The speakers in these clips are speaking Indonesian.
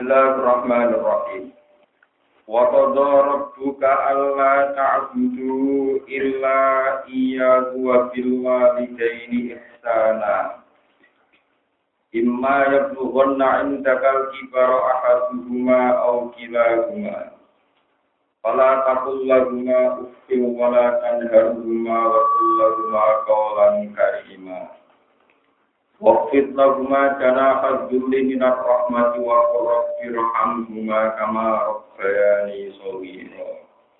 Bismillahirrahmanirrahim. Wa qadha rabbuka alla ta'budu illa iyyahu wa bil walidayni ihsana. Imma yablughanna 'indakal kibara ahaduhuma aw kilahuma. Fala taqul lahumā uffin wa la tanharhumā wa qul lahumā qawlan karīmā. Waqfid lahumā janāha dhulli minar rahmati wa qur rabbi irhamhumā kamā rabbayānī shaghīrā.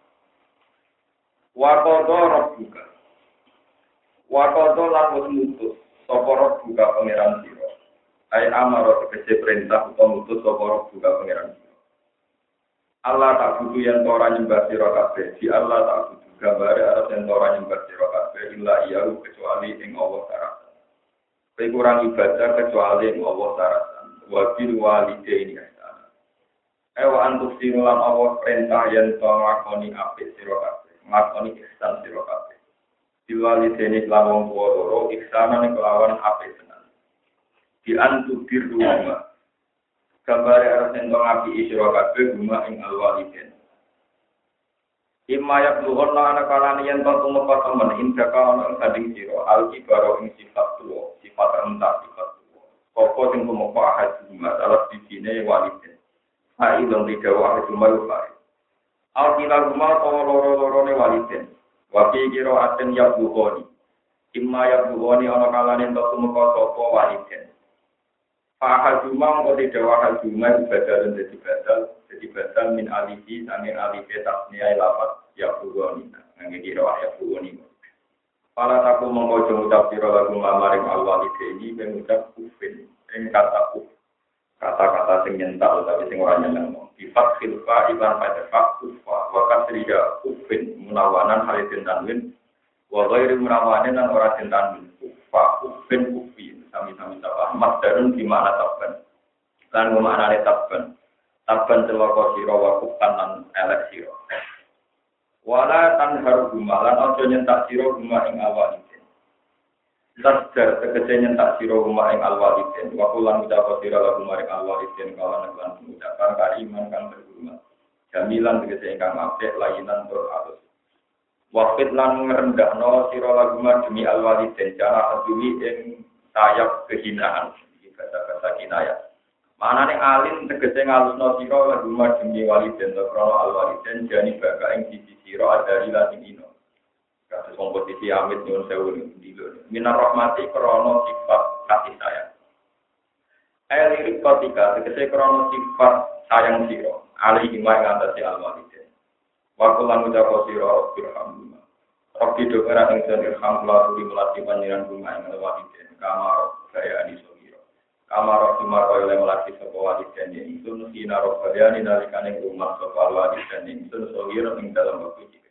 Wa qadha rabbuka. Wa qadha lan wis mutus sapa rabbuka pangeran sira. Ai amara tegese perintah utawa mutus sapa rabbuka pangeran sira. Allah tak butuh yang ora nyembah sira kabeh. Di Allah tak butuh gambare arep yang ora nyembah sira kabeh illa iyahu kecuali ing Allah Ta'ala. Kurang ibadah kecuali Allah syaratan wabil walidayni ihsana. Ewa antuk sinulan Allah perintah yen to nglakoni apik sira kabeh, nglakoni ihsan sira kabeh. Bil walidayni lan wong tuwa loro ihsanan kelawan apik tenan. Di antuk birruma. Gambare arep yen to ngapiki sira kabeh guma ing al walidain. Imma yablughanna ana kalane yen to tumeka temen indaka ana ing sanding sira al-kibara ing sifat tuwa, sifat rendah sifat tuwa. Apa sing tumeka ahad masalah dijine walidin. Ai dong digawa ahad malukai. Al-kila rumah to loro-lorone walidin. Wa fi qira'atin yablughani. Imma yablughani ana kalane to tumeka sapa walidin. Fahaduma engko digawa ahad badal jadi badal min alihi sanging alihi tasniyah lafaz ya bughani ngene iki ora ya bughani. Para taku mongko ngucap sira lagu maring al-walidaini mengucap ufin ing kata uf. Kata-kata sing nyentak utawi sing ora nyeneng. Sifat khilfa iban pada faktu wa kasriya ufin munawanan halidin tanwin wa ghairi munawanin lan ora den tanwin. Fa ufin ufin sami-sami sabah masdarun di mana tabban. Lan maknane tabban. Tabban celaka sira wa kufan lan elek sira. Wala tanharu gumalan aja nyentak sira guma ing awalidin. Tasdar tegese nyentak sira guma ing awalidin. Wa kulan ucap sira lagu maring awalidin kawan lan ucapan kariman kang berhormat. Jamilan tegese ingkang apik layinan tur alus. Waqit lan ngrendahno sira lagu demi awalidin cara kedumi ing sayap kehinaan. Iki kata-kata kinayah. Manane alim tegese ngalusno sira lagu demi walidin krana alwalidin jani baka ing sisi sira adari lan ino. Kados komposisi amit nyuwun sewu dilo. Minar rahmati krana sifat kasih sayang. Lirik ketika tegese krana sifat sayang sira alaihi ma ngatasi alwalidin. Wa kullan ucap sira alhamdulillah. Rabbi doa ing alhamdulillah dimulati panjenengan rumah ing alwalidin kamar saya ani Kamar Umar oleh melaki sapa walidin ingsun sinar robbani nalikane rumah sapa walidin ingsun sawira ing dalam waktu iki.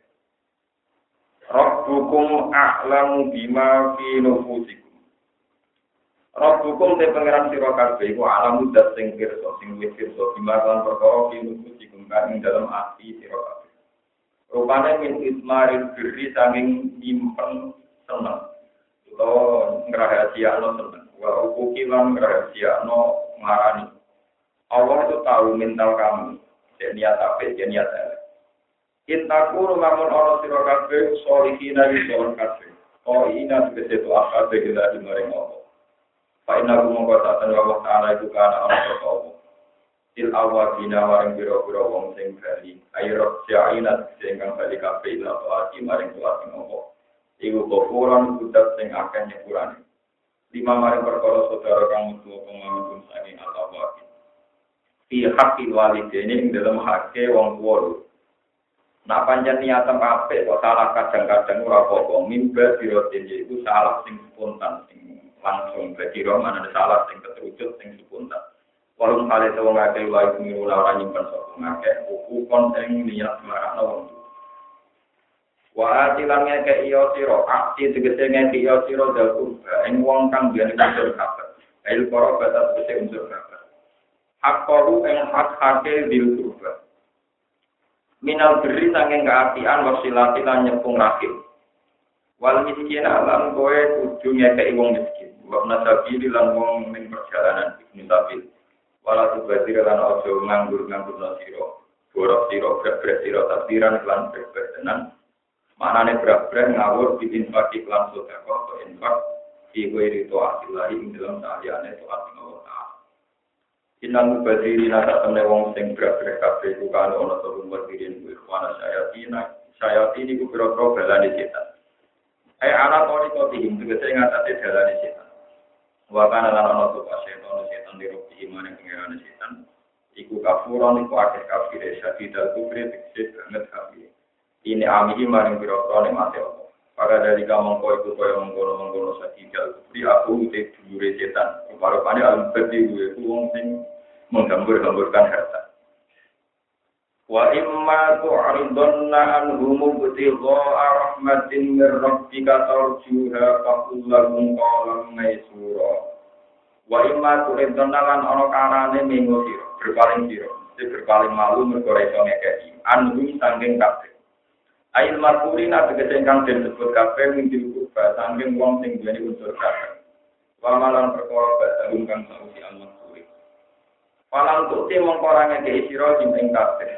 Rabbukum a'lamu bima fi nufusikum. Rabbukum te pangeran sira kabeh iku alamu dat sing pirsa sing wis pirsa bima lan perkara fi nufusikum kang ing dalam ati sira kabeh. Rupane min ismaril birri sanging nyimpen seneng. Utawa ngrahasiakno seneng. Wa uki lan rahasiano marani. Allah itu tahu mental kamu. Niat apik, niat elek. Intaku lamun ana sira kabeh solihina wis kabeh. Oh ina tegese to akabe ilahi maring Allah. Fa inna mongko satan Allah taala iku kana ana sapa. Il awabina maring biro-biro wong sing bali. Ayo syaina sing kang bali kabeh ila taati maring Allah. Iku kofuran kudat sing akeh nyepurane. Lima maring perkara saudara kang mutu pemahaman sange Allah. Fi haqqil walidaini ing dalam hake wong tuwa. Nak pancen niatem apik kok salah kadang-kadang ora apa-apa. Mimba dirotin iku salah sing spontan sing langsung berkira manane salah sing keterucut sing spontan. Walung kale wong akeh wae mirula ora nyimpen sapa ngakeh ukon sing niat marakno wong tuwa. Wa atilange ke iyo sira akti tegese ngeki iyo sira dalku ing wong kang duweni unsur kabeh. Ail para batas tegese unsur kabeh. Hakku ing hak-hake dil kurba. Minal beri sanging keapian wasilati lan nyepung rahim. Wal miskin alam kowe kudu ngekeki wong miskin. Wa nasabili lan wong ning perjalanan ibnu sabil. Wala tubazir lan ojo nganggur-nganggur no siro. Borok siro, berat-berat siro, takdiran klan berat-berat tenan. Maknanya berat-berat ngawur di infak iklan sodako atau infak di kuiri to'atillahi ing dalam sahliannya to'at Allah Ta'ala. Inang mubaziri nasa temne wong sing berat-berat kabeh bukan ono turun mubadirin ku ikhwana syayatini ku biro-biro balani setan. Anak tori kotihim, tegesi ngatasi dalani setan. Wakana lan ono sopa setan dirobi iman yang pengeran setan. Iku kafuran, iku akhir kafir, syadidal kufri, tegesi banget kafir. Ini amihi maring biro-biro ni mati Allah. Pada dari kamu iku kaya mengkono syadidal kufri, aku udah dulure setan. Rupa-rupanya al-badi gue, aku wong sing menggambur-gamburkan harta. Wa imma tu'ridunna anhum ibtigha'a rahmatin mir rabbika tarjuha faqul qawlan maysura. Wa imma tu'ridunna lan ana karane minggu sira, berpaling malu mergo iso ngekeki. Anhum sanging kabeh. Ail markurina tegese ingkang disebut kabeh minggu kurba sanging wong sing duweni unsur kabeh. Wa malan perkara badhe kang sausi al-maksuri. Palang tukti mongko ora ngekeki sira ing kabeh.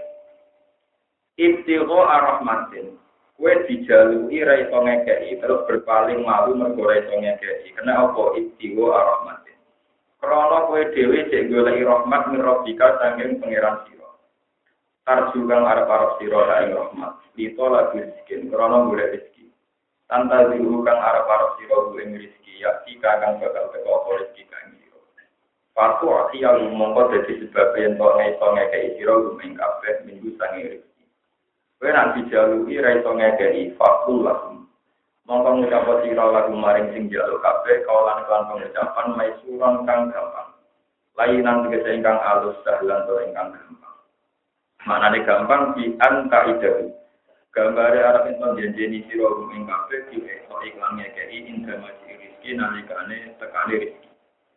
Ibtigho ar-rahmatin. Kue dijalui ra iso ngekeki terus berpaling malu mergo ra iso ngekeki. Kena apa ibtigho ar-rahmatin. Krana kue dhewe cek goleki rahmat mirobika saking pangeran sira. Tarju kang arep-arep sira ing rahmat. Itu lagi rezeki krana golek rezeki. Tanta diru kang arep-arep sira ing rezeki ya kang bakal teko rezeki kang sira. Fatu akhiya mongko dadi sebab yen to iso ngekeki sira ing kabeh minggu sange. Kowe nek dijalui ra iso ngekeki fakul lakum. Mongko ngucap sira lagu maring sing jaluk kabeh kawalan kelan pengucapan maisuran kang gampang. Lainan tegese ingkang alus dahlan to ingkang gampang. Manane gampang di anta idahu. Gambare arep ento janjeni sira ing kabeh diiso iklan ngekeki indra maji rezeki nalikane tekane rezeki.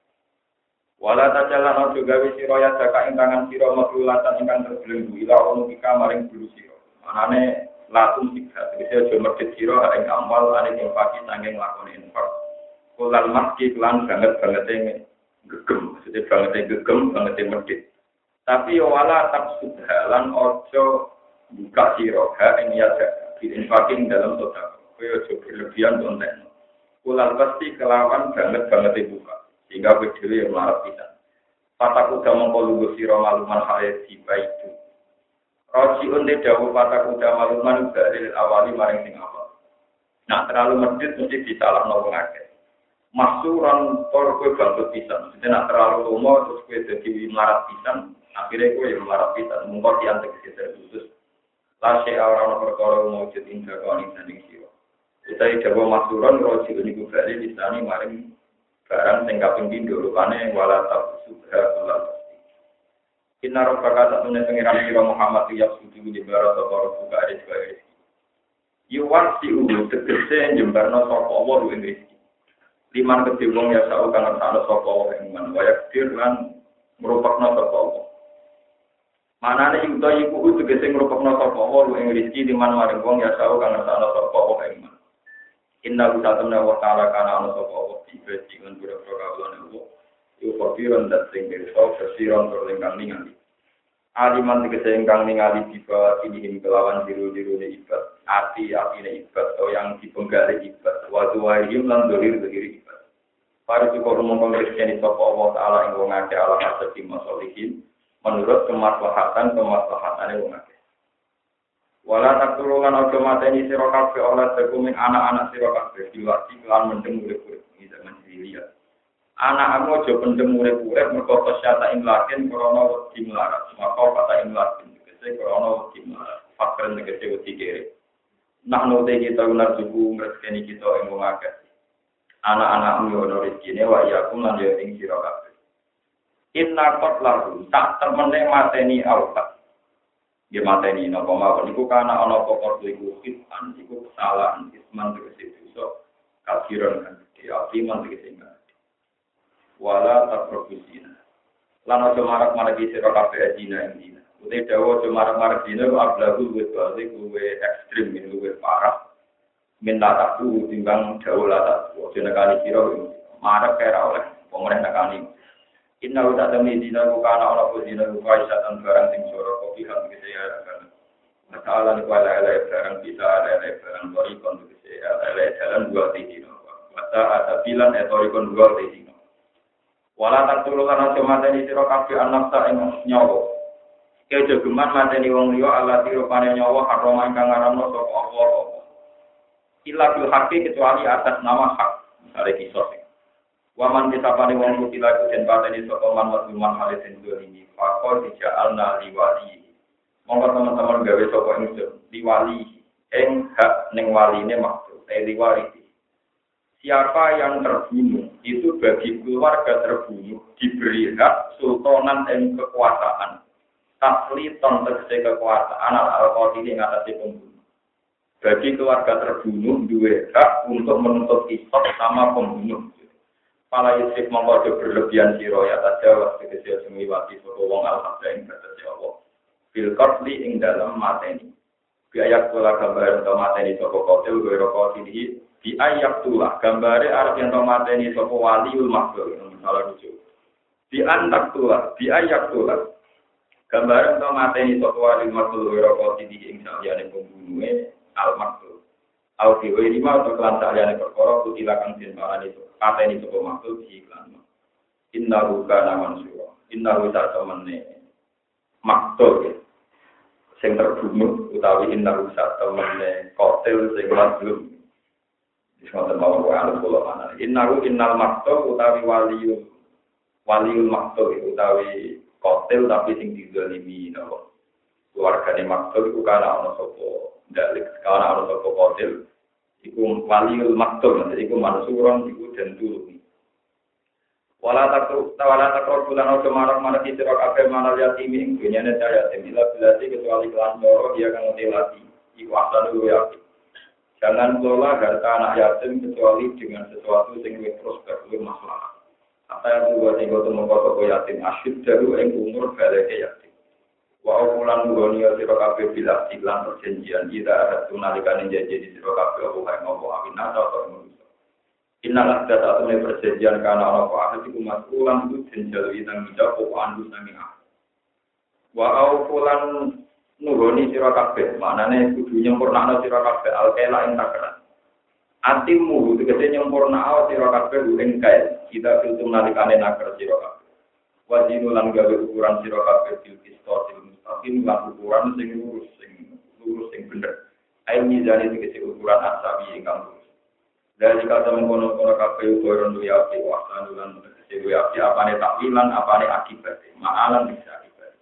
Wala tajalan ojo gawe sira ya jaka ing tangan sira maklulatan ingkang terbelenggu ila umika maring bulu sira. Manane latum sikha, tegese aja medhit sira ing amal ane ing pagi sanging lakoni infak. Kulal maski lan banget-bangete gegem, maksudnya bangete gegem, bangete medhit. Tapi wala tak sudhalan aja buka sira ing ya di infaking dalam sedekah. Kowe aja berlebihan konten. Kulal pasti kelawan banget-bangete buka, sehingga kowe dhewe mlarat pisan. Pataku damong lugu sira maluman hayat dibaitu. Roji unde dawuh patah kuda maluman dari awali maring sing awal. Nah terlalu medhit mesti disalahno wong akeh. Maksuran tor kowe bangkut pisan. Mesti nak terlalu lomo terus kowe dadi marat pisan, akhire kowe marat pisan mungko diantek terus. Lase ora ono perkara mujud ing dakoni saning sira. Utahe dawuh maksuran roji niku bali disani maring barang sing kaping pindho rupane wala tabsubha Allah. Inna rabbaka satune pengiran sira Muhammad ya suci di barat sapa buka ada juga rezeki. Yuwan si ubu tegese jembarno sapa Allah ing rezeki. Liman kedhe wong ya sak kang ana sapa Allah ing man wayak lan merupakna sapa Allah. Manane yuta iku tegese merupakna sapa Allah ing rezeki liman maring wong ya sak kang ana sapa Allah ing man. Inna satune wa ta'ala kana ana sapa Allah ibadi lan boro-boro kawulane Allah. Iku kopiron dat sing berso kesiron berlengkang ningali. Aliman tegese ingkang ningali dibawa ini kelawan diru-dirune ibad. Ati-atine ibad atau yang dipenggali ibad. Waduwaihim lan dolir-dolir ibad. Para cukup rumong rezeki sapa Allah Ta'ala ing wong akeh ala kasbi masolihin menurut kemaslahatan wong akeh. Wala taktulungan aja mateni sira kabeh ora tekuming anak-anak sira kabeh diwati lan mendem urip-urip iki zaman dilihat. Anak-anak aja pendem urip-urip mergo kesyata ing lakin krana wedi melarat. Maka kata ing lakin tegese krana wedi melarat. Fakir tegese wedi kere. Nak note kita unar suku ngreseni kita ing wong akeh. Anak-anak ono rezekine wa yakum lan yo ing sira kabeh. Inna qatlahu tak temene mateni auta. Dia mateni napa mawon iku kana ana pokok iku khitan iku kesalahan isman tegese dosa kafiran kan dia iman tegese wala takrofusina. Lan aja marak-marak sira kabeh dina ing dina. Uте dawa aja marak-marak dina ablahu wis bali kuwe ekstrem min kuwe parah. Minta takku timbang dawa la tak. Aja nekani sira marak kaya ora oleh pemerintah nekani. Inna wa ta'lamu dina kana ana dina wa isatan barang sing sora kopi kan kese ya kan. Masalah ni wala ala barang bisa ala barang tori kon kese ala jalan dua dina. Mata ada bilan tori kon dua dina. Wala taqtulu lan aja mateni sira kabeh anak sak ing nyawa. Kejo geman mateni wong liya ala tirupane nyawa haram ingkang ngaramno sapa Allah. Illa bil haqqi kecuali atas nama hak. Misale kisah. Waman disapane wong mutila iku den pateni saka man wadman hale den dolimi. Fakor dijaalna liwali. Monggo teman-teman gawe saka ingsun liwali ing hak ning waline maksud liwali. Siapa yang terbunuh itu bagi keluarga terbunuh diberi hak sultanan dan kekuasaan. Tasliton tegese kekuasaan al-qatili ing atase pembunuh. Bagi keluarga terbunuh duwe hak untuk menuntut kisah sama pembunuh. Pala yusif mengkode berlebihan siro ya tajawaz tegese semiwati sapa wong al-habda ing batas Allah. Bil qatli ing dalam mateni. Biayak kula gambar ento mateni sapa kotil wira qatili biayak tulah gambare arep ento mateni sapa waliul makhluk salah rujuk. Bi antak tulah biayak tulah gambare ento mateni sapa waliul makhluk wira qatili ing saliyane pembunuhe al-makhluk. Au fi lima atau kelan saliyane perkara kutilah kang den parani pateni sapa makhluk iklan. Innahu kana mansura. Innahu ta'tamane makhluk sing terbunuh utawi innahu ta'tamane qatil sing mazlum. Disebut mawon wa ala kula ana. Innal makhluk utawi waliul makhluk utawi qatil tapi sing dizalimi napa. Keluargane makhluk iku kana ana sapa dalik kana ana sapa qatil. Iku waliul maktum, iku mansuron, iku jentulu. Wala takro bulan ojo marak isirok abe manal yatimi ing dunyane yatim ila bilasi kecuali kelan loro dia kang ngelati. Iku asal dulu yatim. Jangan kelola harta anak yatim kecuali dengan sesuatu sing luwih prospek, luwih maslahat. Apa yang buat sing goto mengko yatim asyid dalu ing umur baleke yatim. Wa ulan dunia sira kabeh bila iklan perjanjian kita ada tunalikane janji di sira kabeh apa kae ngopo amin atau manusia. Innalah data atune perjanjian kana ana apa iku masulan itu jenjal itang dijawab apa andu sanging ah. Wa ulan nuhoni sira kabeh manane kudu nyempurnakno sira kabeh alkela ing takaran. Atimu tegese nyempurnakno sira kabeh ing kae kita tunalikane nakar sira kabeh. Wajinu lan gawe ukuran sira kabeh bil qistos mustaqim lan ukuran sing lurus sing bener. Ai mizane tegese ukuran asabi ingkang lurus. Dari kata mengkono-kono kabeh ukuran duwe api wasan lan tegese duwe api apane takwilan apane akibat. Maalan bisa akibat.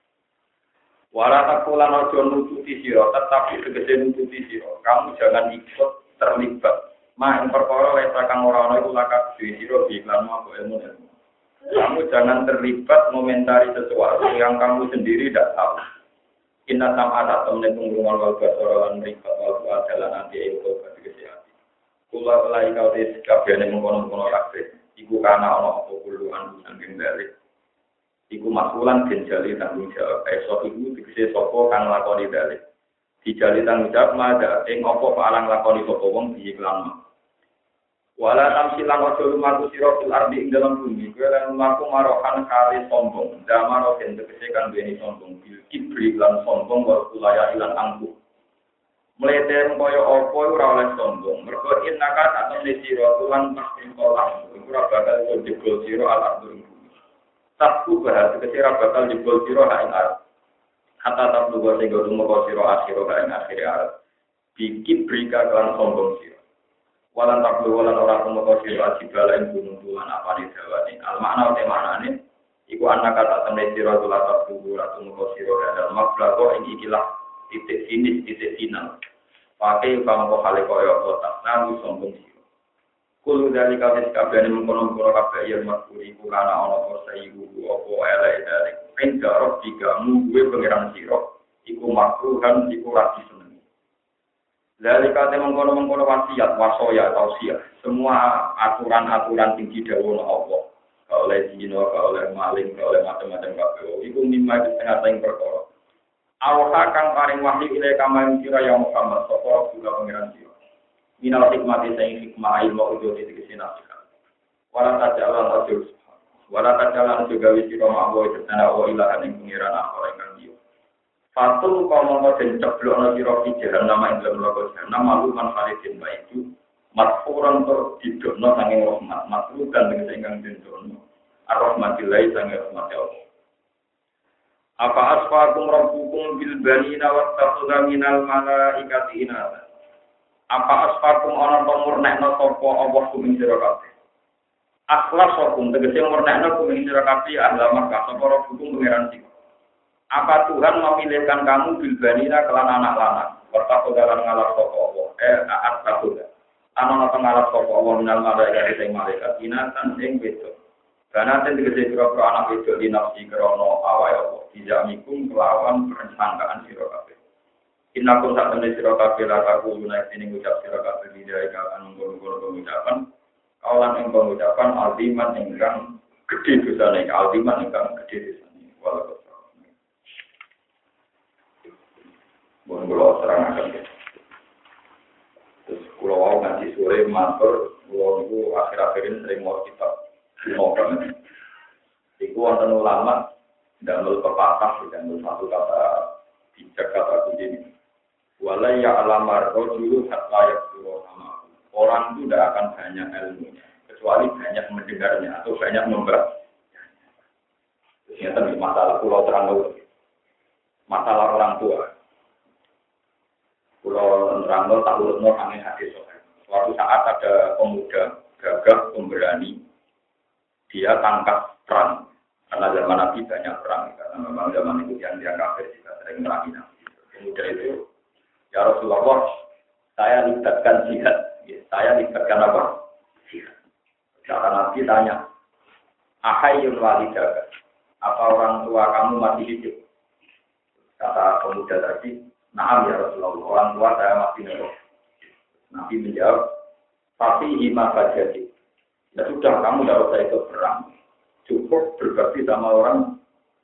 Wala takulan ojo nututi sira tetapi tegese nututi sira. Kamu jangan ikut terlibat. Ing perkara wis kang ora ana iku lakak dhewe sira iklan mau ilmu. Kamu jangan terlibat komentari sesuatu yang kamu sendiri tidak tahu. Inna sam'ata temen pengrungan wal basara lan mripat wal adalan anti itu bagi kesehatan. Kula lai kau tes kabehane mengkono-kono kabeh. Iku kana ana apa kuluan saking balik. Iku masulan genjali tanggung jawab. Esok iku dikse sapa kang lakoni balik. Dijali tanggung jawab madha ing apa palang lakoni sapa wong diiklan. Wala tamsilang ojo lumaku sira fil ardi ing dalam bumi kowe lan lumaku marohan kali sombong damaro den tegese kang duweni sombong bil kibri lan sombong wa kulaya ilan angkuh mlete kaya apa ora oleh sombong mergo innaka atau sira tulan pasti kolam ora bakal jebol sira ala bumi sabku bahas tegese ora bakal jebol sira ing arep kata tak lugo sing lumoko sira akhir ing akhir arep kibri kan sombong sira walan taklu walan ora kemoto sira jibala ing gunung tulan apane dawane al makna te manane iku anak kata temne sira tulan taklu ora kemoto sira dalem mablagho ing ikilah titik finish titik final pakai pamko hale koyo otak nang sombong sira kulo dari kabeh kabehane mengkono-kono kabeh yen makuri iku kana ana apa sayu apa elek dari penjaro digamu duwe pangeran sira iku makruhan iku ra disenengi. Dari kata mengkono-mengkono wasiat, wasoya, tausiah, semua aturan-aturan tinggi dawuh Allah, oleh zina, oleh maling, oleh macam-macam kabeh. Iku mimma setengah teng perkara. Awha kang paring wahyu ile kamaring sira ya Muhammad, sapa juga pangeran sira. Minal hikmati sing hikmah ilmu ujo ditegese nasihat. Wala tajala rajul Wala tajalan juga wisi roma awo itu tanda awo ilahan yang pengiran akhor yang kandiyo. Fatul kau mau den ceblok no siro fi jahannam ing dalam logo jahannam malu man khalidin ba itu matfuran tur didokno sanging rahmat matrukan dengan ingkang den dono arrahmatillah sanging rahmat Allah. Apa asfakum rabbukum bil banina wattakhadha minal malaikati inatha. Apa asfakum ana murnekno sapa Allah kuming sira kabeh. Akhlasakum tegese murnekno kuming sira kabeh ahla Makkah sapa rabbukum pangeran sira. Apa Tuhan memilihkan kamu bil banina kelan anak lanang. Wattakhadha lan ngalap sapa Allah. Taat takhudha. Ana ngalap sapa Allah minal malaikati sing malaikat inatan sing wedok. Karena tegese sira anak wedok dinafsi krana awake Allah. Tidak mikum kelawan perencanaan sira kabeh. Innakum satene sira kabeh lakaku yunak sini ngucap sira kabeh dhewe kan nggon-nggon pengucapan kawalan ing pengucapan aldiman ingkang gedhe dosane aldiman ingkang gedhe dosane wala bon kula serangaken terus kula wau ngaji sore matur kula niku akhir-akhir ini sering maca kitab kuno iku wonten ulama ndamel pepatah dan satu kata bijak kata begini wala ya'lamar rajulu hatta yaqulu sama. Orang itu tidak akan banyak ilmunya kecuali banyak mendengarnya atau banyak membaca. Ternyata masalah pulau terang masalah orang tua. Pulau terang tak urutno angin hadis. Suatu saat ada pemuda gagah pemberani dia tangkap perang karena zaman Nabi banyak perang karena memang zaman itu yang dia kafir juga sering merangi Nabi. Pemuda itu ya Rasulullah, saya libatkan jihad. Saya libatkan apa? Jihad. Kata Nabi tanya, Ahayyul walidaga, apa orang tua kamu masih hidup? Kata pemuda tadi, Naam ya Rasulullah, orang tua saya masih hidup. Nabi menjawab, tapi hima fajati. Ya sudah, kamu tidak usah ikut perang. Cukup berbakti sama orang.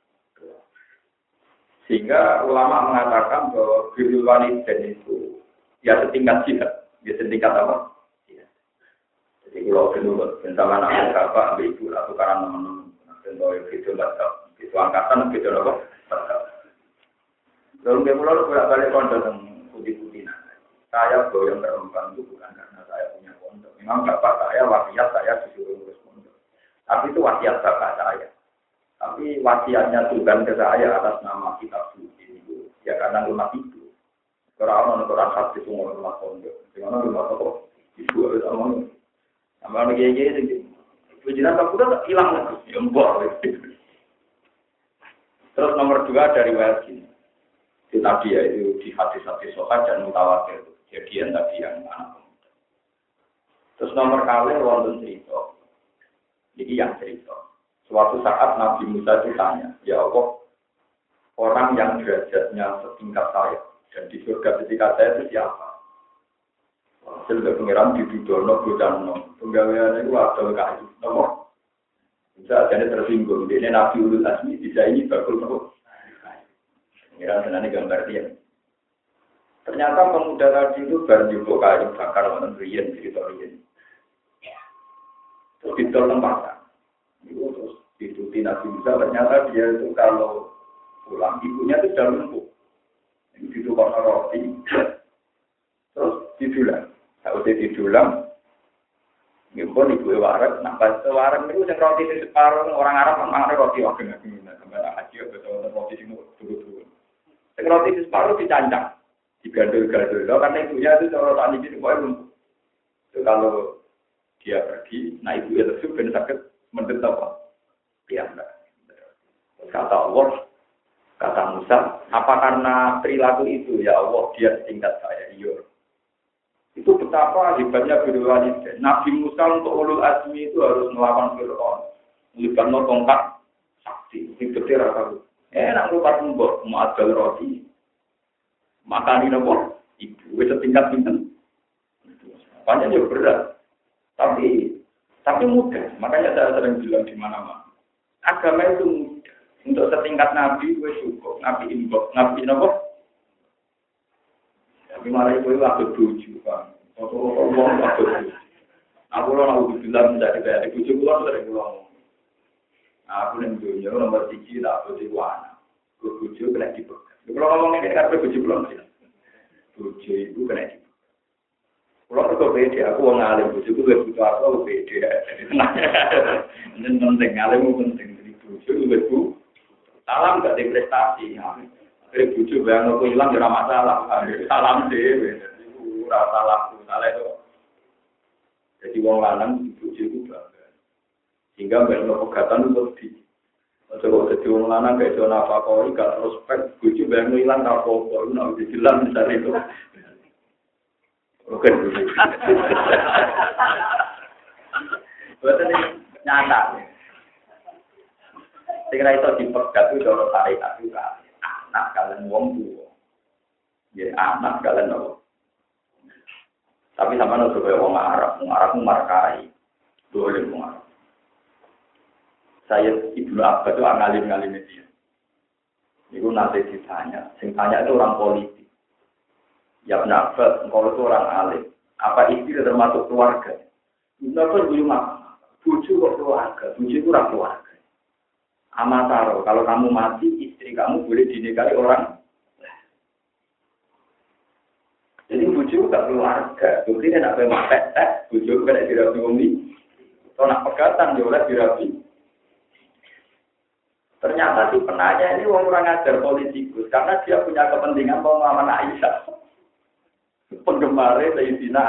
Sehingga ulama mengatakan bahwa birrul walidain itu ya setingkat jihad, ya setingkat apa? Jihad. Jadi kalau dulu bersama anak bapak, ambil ibu atau karena teman-teman, contoh video baca, video angkatan, video apa? Baca. Lalu kemudian bolak-balik kondor dan putih-putih. Saya yang berempat itu bukan karena saya punya kondor. Memang bapak saya wasiat saya disuruh urus kondor. Tapi itu wasiat bapak saya. Tapi wasiatnya Tuhan ke saya atas nama kitab suci itu ya karena rumah itu. Orang hadis itu rumah pondok. Gimana rumah pondok? Ibu harus ngomong. Sama lagi gitu. Penjiran kamu udah hilang lagi. Empor. Terus nomor 2 dari riwayat ini. Itu tadi ya itu di hadis-hadis sohat dan mutawatir. Kejadian tadi yang anak. Terus nomor kali wonten cerita. Jadi yang cerita. Suatu saat Nabi Musa ditanya, ya Allah, orang yang derajatnya setingkat saya dan di surga ketika saya itu siapa? Hasil pengiran di Bidono, Budano, penggaweannya itu ada kayu, nomor. Bisa jadi tersinggung. Ini Nabi Ulul Azmi bisa ini bakul nomor. Pengiran senangnya gambar dia. Ternyata pemuda tadi itu baru juga kayu bakar warna Rian, cerita Rian. Terus ditol tempatnya. Itu terus diikuti Nabi Musa, ternyata dia itu kalau pulang, ibunya itu sudah lumpuh. Itu karena roti. Terus didulang. Kalau dia didulang, ngipun ibu warak, nah pas warak itu yang roti di separuh, orang Arab memang roti wageng-wageng. Sampai haji, betul roti di dulu-dulu. Yang roti di separuh dicancang. Digandul-gandul. Karena ibunya itu kalau tak ini pokoknya lumpuh. Itu kalau dia pergi, nah ibunya tersebut benar sakit menderita apa? Ya enggak. Kata Allah, kata Musa, apa karena perilaku itu ya Allah dia setingkat saya? Iya. Itu betapa hebatnya birrul walidain. Nabi Musa untuk ulul azmi itu harus melawan Fir'aun. Melibatkan tongkat sakti. Itu rasa. Nak lupa mbok mau adal roti. Makan ini apa? Ibu setingkat pinten. Banyak yang berat. Tapi mudah. Makanya saya sering bilang di mana-mana. Agama itu mudah. Untuk setingkat Nabi, gue cukup. Nabi imbok. Nabi apa? Tapi malah itu aku tuju, Pak. Aku bilang menjadi kayak tuju pulang dari pulang. Aku yang dunia nomor 3 tak bojo anak. Bojo kena dipegat. Kalau ngomong ini kan bojo belum sih. Bojo itu kena dipegat. Kalau aku beda, aku mau ngalim bojo itu butuh aku beda. Ini penting, ngalim penting. Jadi bojo itu salam gak ada prestasi. Bojo bayang aku hilang ya masalah. Salam deh. Salah itu. Jadi wong lanang bojo itu bangga. Sehingga bayang pegatan itu di. Kalau jadi wong lanang gak iso nafakoi, gak prospek, bojo bayang hilang apa-apa. Nah, jelas misalnya itu. Oke. Betul ini nyata. Segera itu dipegat itu cara syariat juga. Anak kalian wong tua. Ya anak kalian apa? Tapi sama nang supaya wong Arab markai. Boleh wong Arab. Saya Ibnu Abbas itu ngalim-ngalim dia. Itu nanti ditanya, sing tanya itu orang politik. Ya Ibnu Abbas, engkau itu orang alim. Apa istri termasuk keluarga? Ibnu Abbas mak, bojo kok keluarga, bojo itu orang keluarga. Amataro, kalau kamu mati, istri kamu boleh dinikahi orang. Jadi bojo gak keluarga, jadi dia nak mepet, bojo kena dirapi umi. Kalau nak pegatan, dia boleh dirapi. Ternyata si penanya ini orang ajar politikus, karena dia punya kepentingan mau melamar Aisyah. Penggemarnya Sayyidina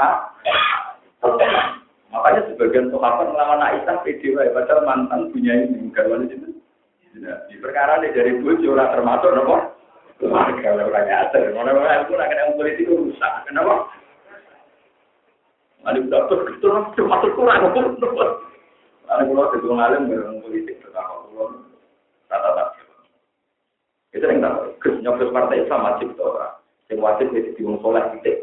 makanya sebagian sahabat melamar Aisyah PDW, padahal mantan punya ini, garwan itu. Di perkara ini dari bojo orang termasuk, kenapa? Keluarga orang ajar, mana-mana aku nak kena politik rusak, kenapa? Ada betul itu masuk kurang, kenapa? Ada pulau ketua ngalim dengan politik pertama pulau. Tata-tata. Itu yang tahu. Nyoblos partai Islam wajib itu orang. Yang wajib itu diwong soleh titik.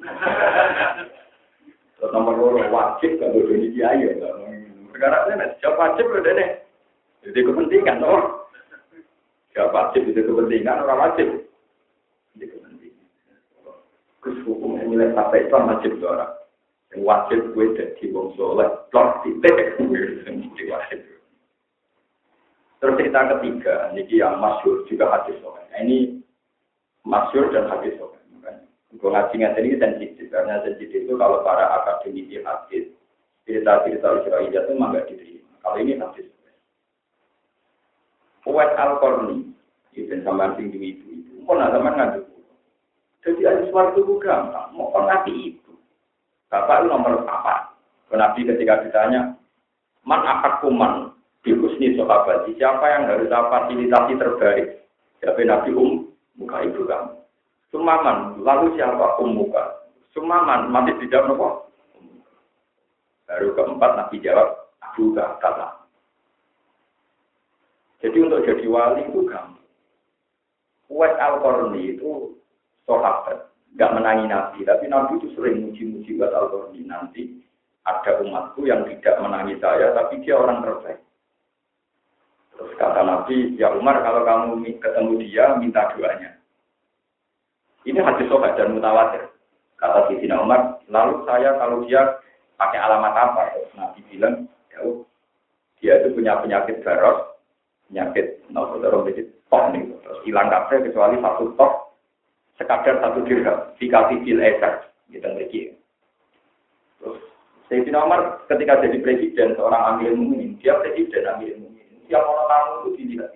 Terus nomor 2 wajib gak boleh jadi kiai. Sekarang ini siapa wajib udah deh. Jadi kepentingan toh. Siapa wajib itu kepentingan orang wajib. Jadi kepentingan. Terus hukum nilai partai Islam wajib itu orang. Yang wajib gue jadi wong soleh. Plot titik. Jadi wajib. Terus cerita ketiga, ini yang masyhur juga hadis sokan. Ini masyhur dan hadis sokan. Gue ngaji ini sensitif, karena sensitif itu kalau para akademisi hadis, cerita-cerita Israiliyah itu memang nggak diterima. Kalau ini hadis sokan. Uwais Al-Qarni, itu sama tinggi itu. Mau nama ngadu. Jadi hadis waktu itu gampang, mau ngasih itu. Bapak itu nomor 4. Nabi ketika ditanya, man akad kuman. Husni sahabat, siapa yang harus fasilitasi terbaik? Siapa Nabi muka ibu kamu. Sumaman, lalu siapa muka? Sumaman, masih dijawab apa? Baru keempat Nabi jawab, Abu Bakar. Jadi untuk jadi wali itu gampang. Uwais Al-Qarni itu sahabat, nggak menangi Nabi, tapi Nabi itu sering muji-muji Uwais Al-Qarni. Nanti ada umatku yang tidak menangi saya, tapi dia orang terbaik. Terus kata Nabi, ya Umar kalau kamu ketemu dia, minta doanya. Ini hadis sobat dan mutawatir. Kata Sayyidina Umar, lalu saya kalau dia pakai alamat apa? Terus Nabi bilang, ya dia itu punya penyakit baros, penyakit tok nih. Terus hilang kabeh kecuali satu tok, sekadar 1 dirham, dikasih bil eser, gitu lagi. Terus Sayyidina Umar ketika jadi presiden, seorang Amirul Mukminin, dia presiden Amirul Mukminin. Yang orang tamu itu dilihat.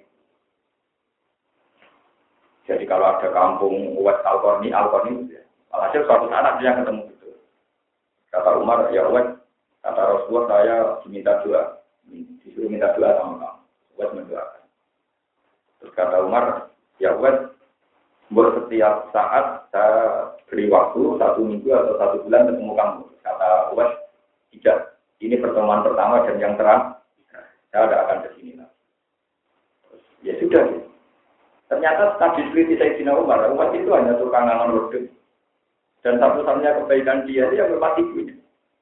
Jadi kalau ada kampung Uwais Al-Qarni itu ya. Alhasil suatu saat dia ketemu itu. Kata Umar, ya Uwais, kata Rasulullah saya diminta doa. Disuruh minta doa sama kamu. Uwais mendoakan. Terus kata Umar, ya Uwais, buat setiap saat saya beri waktu 1 minggu atau 1 bulan ketemu kamu. Kata Uwais, tidak. Ini pertemuan pertama dan yang terakhir. Saya tidak akan kesini lagi. Ya sudah. Ternyata tadi kritis Sayyidina Umar itu hanya tukang ngangon rodok. Dan satu-satunya kebaikan dia mati itu.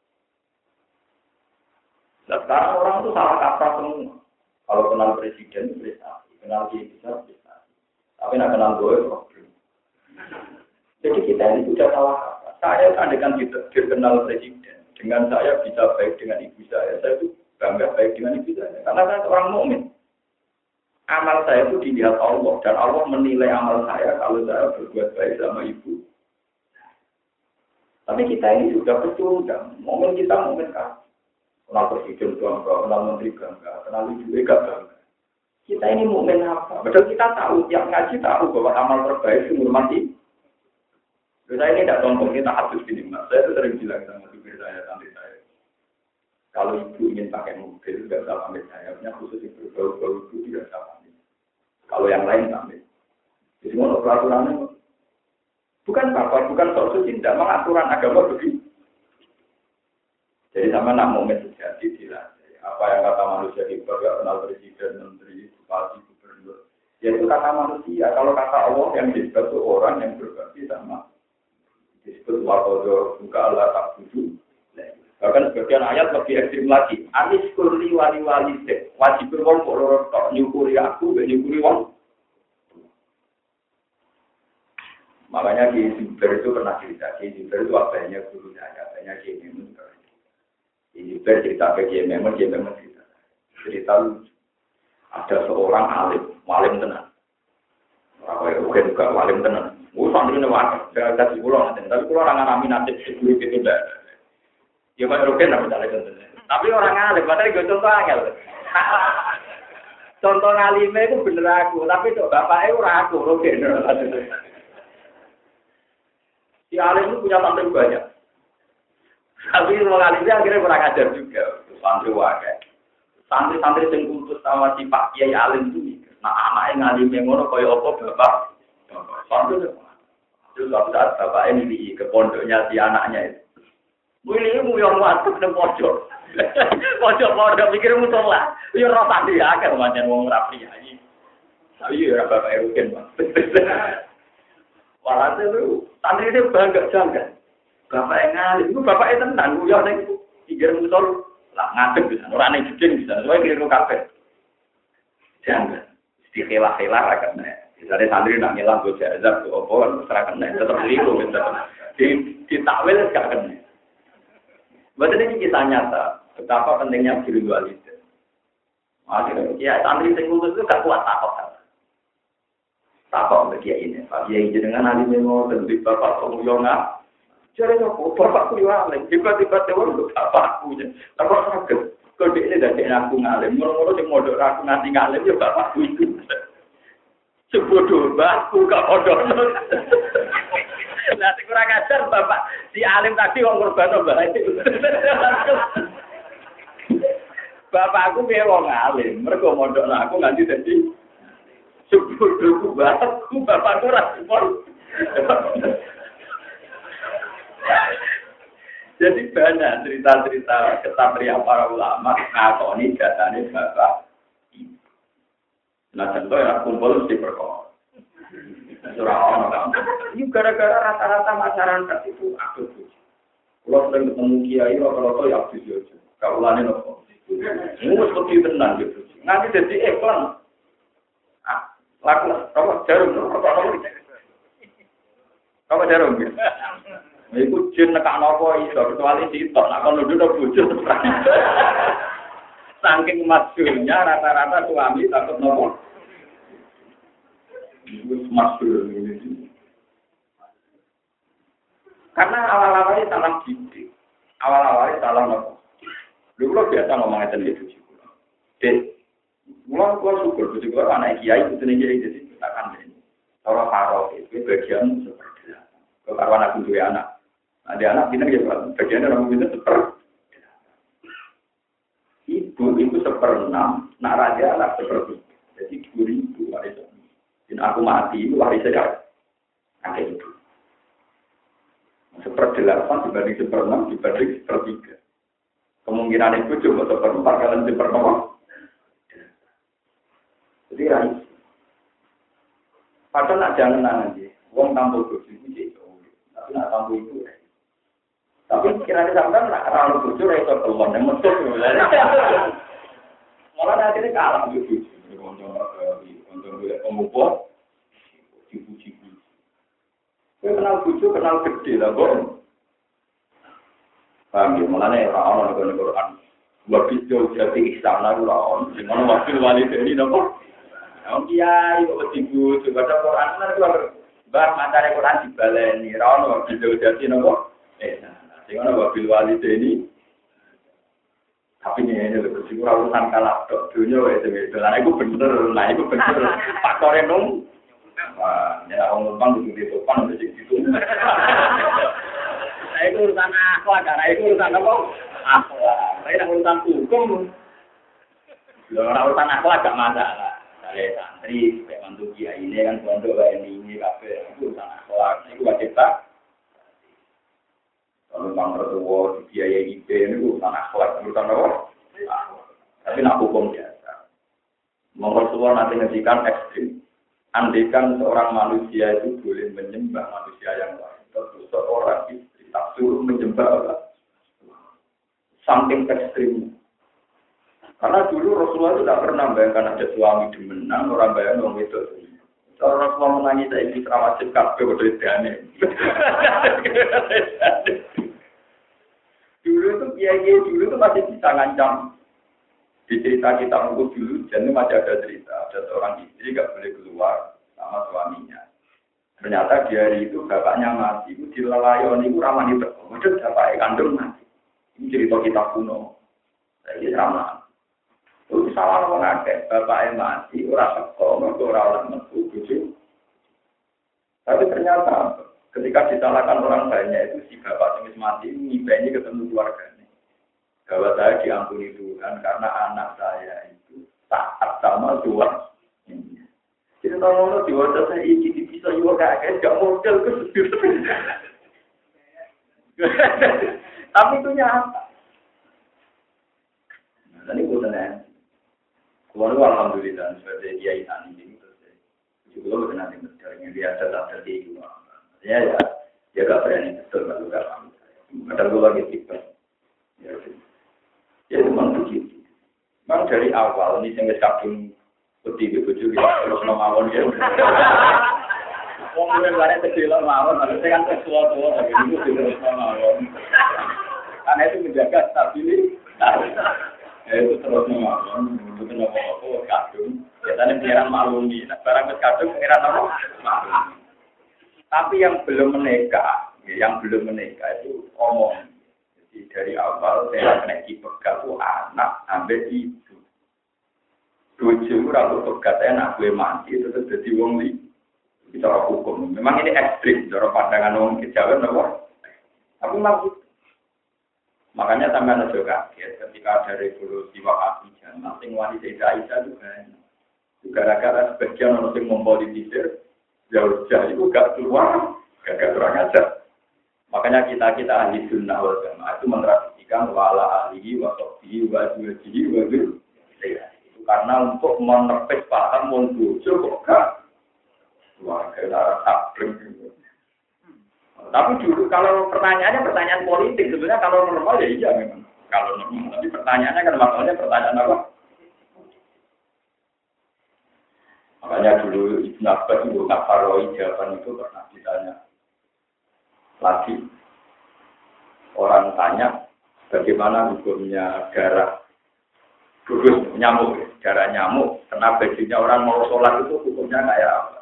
Nah, sekarang orang itu salah kaprah semua. Kalau kenal presiden prestasi, kenal kiai besar prestasi. Tapi nak kenal gue problem. Jadi kita ini sudah salah kaprah. Saya kan dikenal presiden. Dengan saya bisa baik dengan ibu saya itu bangga baik dengan ibu saya. Karena saya seorang mukmin. Amal saya itu dilihat Allah dan Allah menilai amal saya kalau saya berbuat baik sama ibu. Tapi kita ini sudah pecundang. Momen kita momen kan. Kenal presiden bangga, kenal menteri bangga, kenal ibu bangga. Kita ini momen apa? Padahal kita tahu, yang ngaji tahu bahwa amal terbaik itu mati. Saya ini tidak sombong, kita habis gini mas. Saya itu sering bilang sama supir saya, santri saya. Kalau ibu ingin pakai mobil, tidak usah pamit sayapnya, khusus ibu bau-bau itu tidak usah pamit. Kalau yang lain pamit. Jadi mau peraturannya, bukan apa, bukan soal suci, tidak mengaturan agama begitu. Jadi sama nak momen terjadi dilatih. Apa yang kata manusia hebat, gak kenal presiden, menteri, bupati, gubernur. Ya itu kata manusia. Kalau kata Allah yang hebat itu orang yang berbakti sama. Disebut wakodo buka Allah tak budu. Bahkan sebagian ayat lebih ekstrim lagi. Anis kurli wali dek. Wajib berwong kolor tok nyukuri aku, gak nyukuri wong. Makanya di Zubair itu pernah cerita. Di Zubair itu abahnya guru saya, abahnya Kiai Memun. Di Zubair cerita ke Kiai Memun cerita lucu. Ada seorang alim tenang. Oke juga alim tenang. Santri ini wajar, saya kasih pulang nanti. Tapi kalau orang alami nasib guru gitu enggak. Ya Pak Rogen apa salah contohnya. Tapi orang alim, padahal gue contoh angel. Contoh ngalimnya itu bener aku, tapi itu bapaknya ora aku, Rogen. Si alim itu punya santri banyak. Tapi orang alimnya akhirnya kurang ajar juga. Santri wakai. Santri-santri yang kultus sama si Pak Kiai alim itu. Nah anaknya ngalimnya ngono kaya apa bapak. Santri itu. Terus suatu saat bapak ini ke pondoknya si anaknya itu. Ini yang masuk ke pojok. Pojok pikir musola. Ya ora tadi ya kan pancen wong rapi ayi. Tapi ya bapak eruken, Pak. Walhasil itu santri itu bangga jangan. Bapak yang ngalim, itu bapaknya tenang, ya ning pikir musol lah ngadeg bisa, ora ning jeding bisa. Soale keliru kabeh. Jangan. Istilah-istilah ra kena. Misalnya santri nak ngilang go jazab go apa ora kena, tetep keliru tetep. Ditakwil gak kena. Betul ini kisah nyata, betapa pentingnya biru walidain. Akhirnya, ya santri sing kultus itu gak kuat takok bagi ini. Pak Kiai jenengan ahli memo dan bapak pemuyona. Jadi aku bapak kuliah, tiba-tiba tewan bapakku. Takok sakit. Kalau dia ini dari aku ngalim, mulu-mulu sing modok aku nganti ngalim ya bapakku itu. Sebodoh bapakku gak bodoh. Nah, kurang ajar bapak si alim tadi wong korban mbak itu. Bapakku piye wong alim, mergo mondok aku nganti dadi sebodoh bapakku ora support. Jadi banyak cerita-cerita kesatria para ulama ngakoni jatane bapak. Nah, contoh ya kumpul mesti perkara. Surah Allah. Ini gara-gara rata-rata masyarakat itu aktif. Kalau sering ketemu kiai, rata-rata ya aktif aja. Kalau lain apa? Ini seperti tenang gitu. Nanti jadi iklan. Laku, kamu jarum, kamu jarum. Iku jin nekak nopo iso kecuali sitok. Nak kalau dulu bujur. Saking masyhurnya rata-rata suami takut nopo. Masyhur ini. Karena awal-awalnya salah didik. Awal-awalnya salah nopo. Dulu biasa ngomongnya tentang itu juga. Mulai gua syukur juga anak kiai itu nih jadi kita kan ini. Orang haro itu bagian seperti itu. Kalau anak punya anak, ada anak kita ya bagian orang itu seperti ibu itu seperenam, nak raja anak seperti jadi 2.000 warisan. Dan aku mati warisnya kakek itu. 1/8 dibanding 1/6 dibanding 1/3. Kemungkinan itu cuma 1/4 kalian 1/6. Jadi raih. Padahal nak jangan nanti, uang tampil bojo itu jadi, tapi nak tampil itu. Tapi kira-kira sampai nak raih bojo itu keluar dan mesut. Malah akhirnya kalah bojo. Untuk pemupuk, cipu-cipu. Kita kenal bojo, kenal gede lah, bro. Paham ya? Malah nih orang di Quran. Waktu jauh jadi istana orang. Dengan wakil wali dari nopo. Wong kiai kok dibu baca Quran kan keluar bah macane Quran dibaleni ra ono dadi nopo sing ono wabil walideni tapi ini lho kesimpulan urusan kalah tok dunya wae dhewe lan iku bener faktore nung wah ya orang numpang di depan udah gitu nah itu urusan akhlak karena itu urusan apa akhlak tapi urusan hukum urusan akhlak gak masalah. Dari santri, kayak mantu kiai ini kan pondok kayak ini kafe itu urusan akhlak, itu wajib tak. Kalau bang tertua di kiai IP ini urusan akhlak, urusan apa? Tapi nak hukum biasa. Mongol tua nanti ngejikan ekstrim. Andikan seorang manusia itu boleh menyembah manusia yang lain, tentu seorang istri tak suruh menyembah samping ekstrim. Karena dulu Rasulullah itu tidak pernah bayangkan ada suami demenan, orang bayang orang itu. Kalau Rasulullah menangis saya ini wajib kabeh berdane. Dulu itu kiai dulu itu masih bisa ngancam. Di cerita kita buku dulu, jadi masih ada cerita ada seorang istri nggak boleh keluar sama suaminya. Ternyata di hari itu bapaknya mati, itu di lelayon itu ramah itu. Maksud bapaknya kandung mati. Ini cerita kita kuno. Jadi ramah. Itu salah orang akeh, bapaknya mati, orang sekolah, orang metu, gitu. Tapi ternyata ketika disalahkan orang banyak itu si bapak yang mati ngibainya ketemu keluarganya. Bahwa saya diampuni Tuhan karena anak saya itu taat sama Tuhan. Jadi kalau di wajah saya ini bisa juga kayak gak model ke tapi itu nyata. Nah, ini bukan keluarga alhamdulillah sebagai kiai tani ini terus juga lo nanti berjalan biasa tak terjadi juga ya gak berani betul kalau gak paham kadang gue lagi tipe ya memang begitu memang dari awal ini saya kadung putih itu juga terus mawon ya orang mulai kecil mawon harusnya kan sesuatu tapi itu terus mawon karena itu menjaga stabilitas itu terus mengawal, itu nama-nama kadung. Biasanya pengiran maklumi, barang kadung pengiran apa? Maklumi. Tapi yang belum menikah itu omong. Jadi dari awal saya kena dipegat itu anak sampai ibu. Tujuh ratus pegat saya nak gue mati itu terus jadi wong li. Bicara hukum. Memang ini ekstrim, cara pandangan orang Jawa, apa? Tapi maksud. Makanya sampai juga kaget ketika ada revolusi Wahabi zaman sing wanita Aisyah juga gara-gara sebagian orang yang mempolitisir jauh itu gak keluar gak kurang ajar. Makanya kita ahli sunnah wal jamaah itu mentradisikan wala ahlihi wa sahbihi wa jujihi wa itu karena untuk menepis paham mondojo kok gak keluarga darah tabring. Tapi dulu kalau pertanyaannya pertanyaan politik sebenarnya kalau normal ya iya memang kalau normal tapi pertanyaannya kan maksudnya pertanyaan apa? Makanya dulu Ibn Abbas itu Nafaroi jawaban itu pernah ditanya lagi orang tanya bagaimana hukumnya darah gugus nyamuk darah nyamuk kena bajunya orang mau sholat itu hukumnya kayak apa?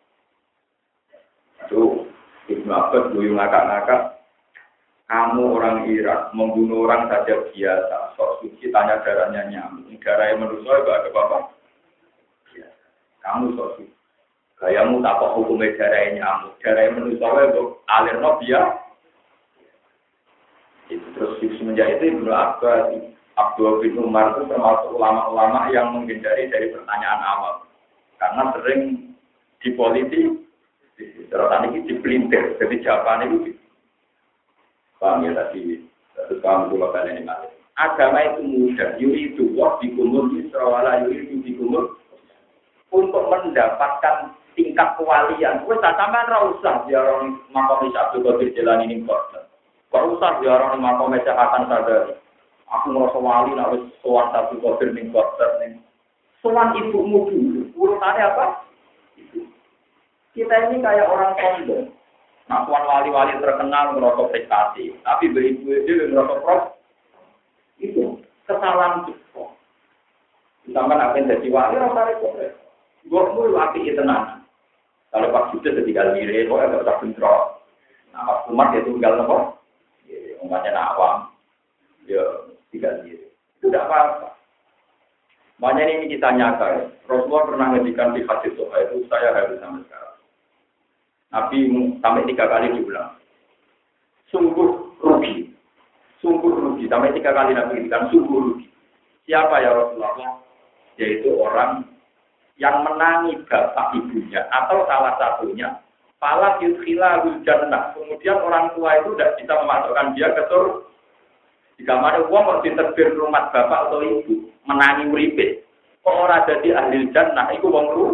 Itu Ibnu Abbas dulu ngakak-ngakak, kamu orang Irak membunuh orang saja biasa, sok suci tanya darahnya nyamuk, darah yang manusia itu ada apa? Biasa. Kamu sok suci, gayamu tak kok hukumnya darah yang nyamuk, darah yang manusia itu alir no biasa. Itu terus semenjak itu Ibnu Abbas, Abdul bin Umar itu termasuk ulama-ulama yang menghindari dari pertanyaan awam, karena sering di politik. Terus ini dipelintir, jadi jawaban itu paham ya tadi, terus paham dulu kalian ini. Agama itu mudah, yuri itu wah dikumul, yusrawala yuri itu dikumul untuk mendapatkan tingkat kewalian. Wes sampean ra usah dia orang makom Abdul Qadir Jilani ini kok. Kok usah dia orang makom Hasan Sadari. Aku ngerasa wali nek wis sowan Abdul Qadir ning kok ning. Sowan ibumu dulu. Urutane apa? Kita ini kayak orang sombong. Nah, tuan wali-wali terkenal merokok prestasi, tapi beribu itu merokok prof. Itu kesalahan kita. Sampai nak jadi wali, rasa repot. Gue api tenang. Kalau pas sudah tinggal diri, kok agak tak bentrok. Nah, pas umat dia tinggal nopo. Umatnya awam. Ya tinggal diri. Itu tidak apa-apa. Makanya ini kita nyata. Rasulullah pernah ngedikan di hadis soha itu saya harus sampai sekarang. Nabi sampai 3 kali diulang. Sungguh rugi. Sungguh rugi. Sampai 3 kali Nabi ngedikan sungguh rugi. Siapa ya Rasulullah? Yaitu orang yang menangi bapak ibunya atau salah satunya pala yudkhilahul jannah. Kemudian orang tua itu tidak bisa memasukkan dia ke surga. Jika mana uang mau diterbir rumah bapak atau ibu menangi uripe, kok ora dadi ahli jannah iku wong ru.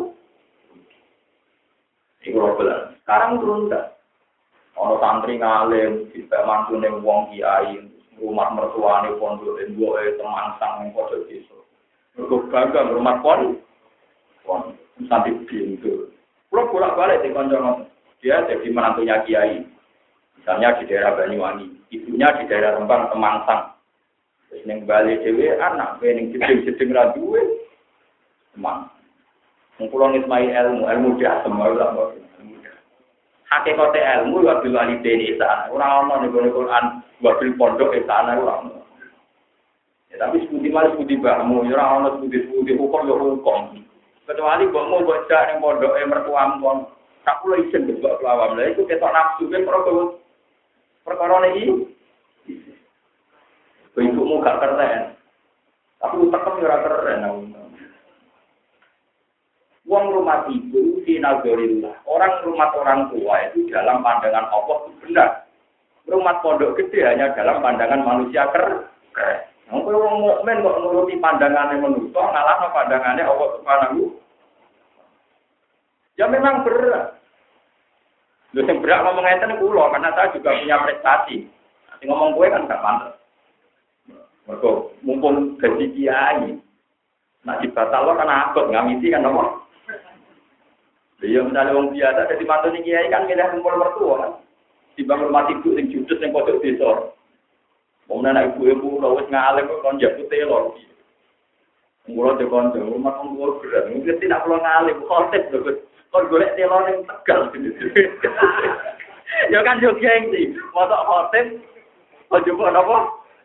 Iku robelan. Sekarang turun dah. Ono santri ngalim, bisa mantune wong kiai, rumah mertuane pondok mboke temangsang ning pojok desa. Mergo bangga rumah pondok. Sampai pintu. Kalau bolak-balik di konco dia jadi menantunya kiai. Misalnya di daerah Banyuwangi, ibunya di daerah Rembang, Temangsang. Terus neng Bali dewe anak, neng jeding raduwe, Temang. Mengkulon Ismail ilmu dia semua lah. Hakikat ilmu wabil walidain sana. Orang nih Quran wabil pondok sana orang. Ya tapi studi malah studi bahmu, orang studi hukum. Kecuali kok mau baca yang pondok mertuam kon, tak perlu izin buat pelawam lah. Itu ketok nafsu kan perkara ini. Ibumu gak keren, tapi utakmu ora keren. Uang rumah ibu finagorillah. Orang rumah orang tua itu dalam pandangan Allah itu benar. Rumah pondok gede hanya dalam pandangan manusia keren. Mungkin orang mukmin kok nuruti pandangannya manusia, ngalah pandangannya Allah Subhanahu. Ya memang berat. Lu yang berat ngomong ngeten kula karena saya juga punya prestasi. Nanti ngomong gue kan gak pantas. Mergo mumpung gaji kiai. Nah dibatal kan akut ngamiti kan apa? Dia misalnya wong biasa jadi mantu kiai kan milih kumpul mertua kan. Timbang rumah ibu sing judes ning pojok desa. Wong anak ibu-ibu wis ngalem kok kon jabut telor. Mula de kon rumah kumpul berat. Mungkin tidak perlu ngalim khotib lho. Kon golek telor ning Tegal. Ya kan yo gengsi. Mosok khotib kok coba napa?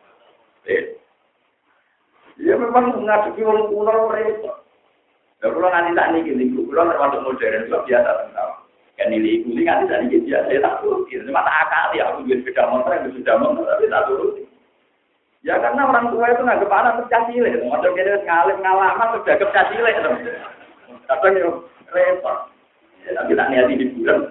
Ya memang ngadepi wong kuno repot. Ya kula nganti tak niki kula termasuk modern kok biasa tentang. Kan nilai kuwi nganti tak niki biasa tak turuti. Cuma tak akali aku duwe sepeda motor yang sudah motor tapi tak turuti. Ya karena orang tua itu nggak anak pecah cilik. Motor kene ngalim ngalaman sudah pecah cilik to. Kadang yo repot. Ya tapi tak niati hiburan.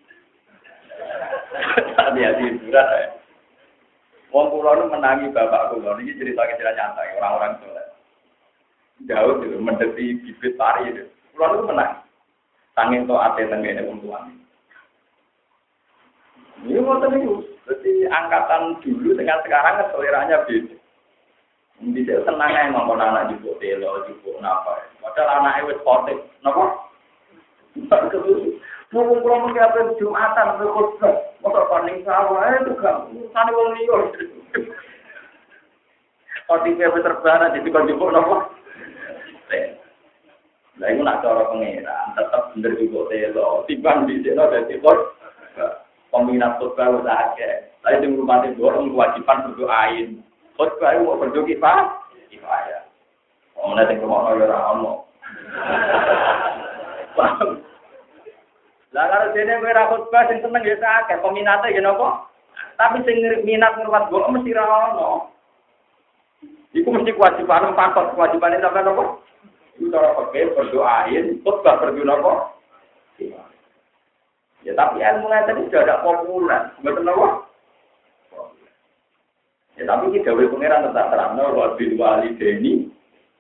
Tak niati hiburan ya. Wong kula nu menangi bapak kula niki cerita nyata orang-orang soleh. Jauh itu mendeti bibit pari itu. Kula nu menang. Sanging to ate tengene wong tuane. Ini ngoten niku. Berarti angkatan dulu dengan sekarang seleranya beda. Bisa tenang ae mongkon anak jupuk telo, jupuk napa. Padahal anake wis khotib. Napa? Wong kula mung apa Jumatan khotbah. Motor paning sawah itu kan urusan wong liya. Khotib terbana jadi kon jupuk napa? Lah iku nak cara pengeran tetep bener jupuk telo. Timbang disikno dadi kok peminat khotbah wis akeh. Lah sing rumate borong kewajiban berdoain. Khotbah iku berdoa kifayah. Wong nek ngono ya ora ono. Lah karo dene kowe ra khotbah sing seneng ya akeh, peminate ya napa? Tapi sing minat ngruwat kok mesti ra ono. Iku mesti kewajiban pangkot kewajibane sampean napa? Iku cara pakai berdoain, khotbah berdoa napa? Ya tapi ilmu tadi sudah ada populer, betul napa? Ya tapi kita dawuh pangeran tetap terangno wa bil walidaini.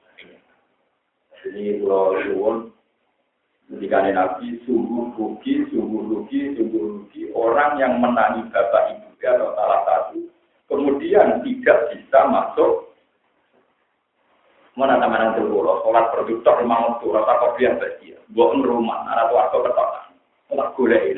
Jadi kalau suwon ketika Nabi sungguh rugi orang yang menangi bapak ibu atau salah satu kemudian tidak bisa masuk mana teman tergolong sholat produktor memang waktu rasa kopi yang bahagia buat rumah anak warga bertokan sholat gulai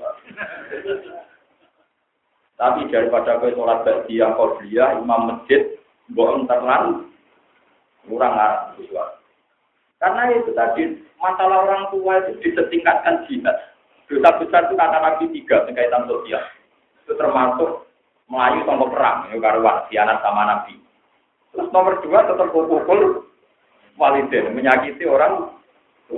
tapi daripada kau sholat bahagia kopiah imam masjid buat terlalu kurang arah sesuatu. Karena itu tadi masalah orang tua itu disetingkatkan jihad. Dosa besar itu kata Nabi 3 berkaitan sosial. Itu termasuk melayu tanpa perang, ya karuan, khianat sama Nabi. Terus nomor 2 tetap pukul waliden, menyakiti orang tua.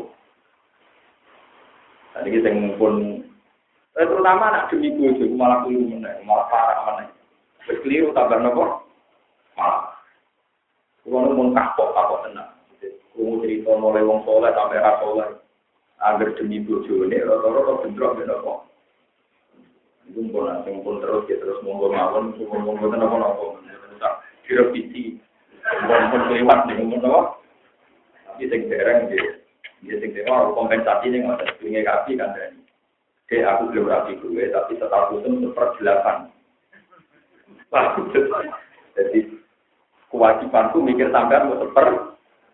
Tadi kita ngumpul, terutama anak demi bojo, malah keliru meneh, malah parah meneh. Wis keliru tambah nopo? Malah. Kulo mun kapok tenang. Kulo cerita mulai wong saleh sampai ra saleh. Agar demi bojone rata-rata bentrok ben apa. Iku pun terus monggo mawon, monggo napa-napa. Direvisi. Monggo lewat ning ngono. Iki sing dereng dia sing dewa kompensasi ning ngoten pinge kapi kan dari. Aku belum rapi gue tapi statusnya 1/8. Wah, jadi kewajibanku mikir sampean mau seper.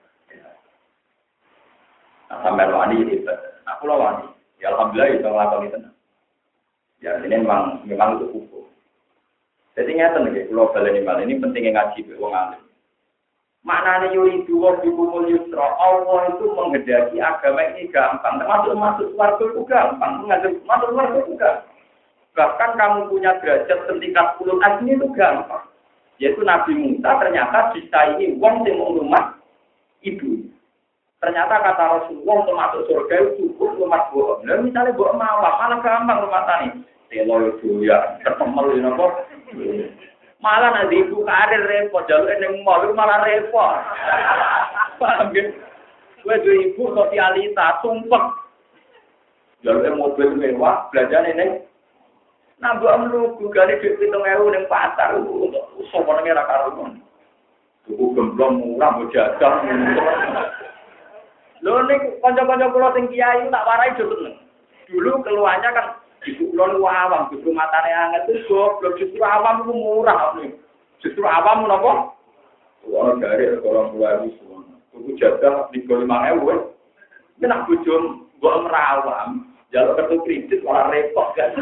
Nah, sampean wani hebat. Aku lah wani. Ya alhamdulillah itu nglakoni tenan. Ya ini memang itu hukum. Jadi ngeten nggih, kula baleni malih ini pentingnya ngaji be wong alim. Maknane yuri dua hukumul yusra, Allah itu menghendaki agama ini gampang. Termasuk masuk swarga itu gampang, masuk swarga itu gampang. Bahkan kamu punya derajat setingkat ulul azmi itu gampang. Yaitu Nabi Musa ternyata disaingi wong sing mau rumah ibu. Ternyata kata Rasulullah untuk masuk surga itu cukup rumah bohong. Nah misalnya bohong malah gampang rumah tani. Telo itu ya tertemel ini apa? Malah nanti ibu karir repot, jalur yang mau malah repot. Paham kan? Gue juga ibu sosialita, sumpah. Jalur mobil mewah, belajar ini. Nah, gue melugu, gani duit 7.000 yang pasar, sopornya raka rumah. Tuku gemblong murah, mau jaga. Loh, ini konco-konco pulau sing kiai tak warai juga. Dulu keluarnya kan, ibu kulon awam, justru matanya hangat itu goblok, justru awam itu murah nih. Justru awam apa? Orang dari orang tua itu semua. Tuku jaga 5.000. Ini nak bujum, gue merawam. Jalur kartu kredit malah repot kan.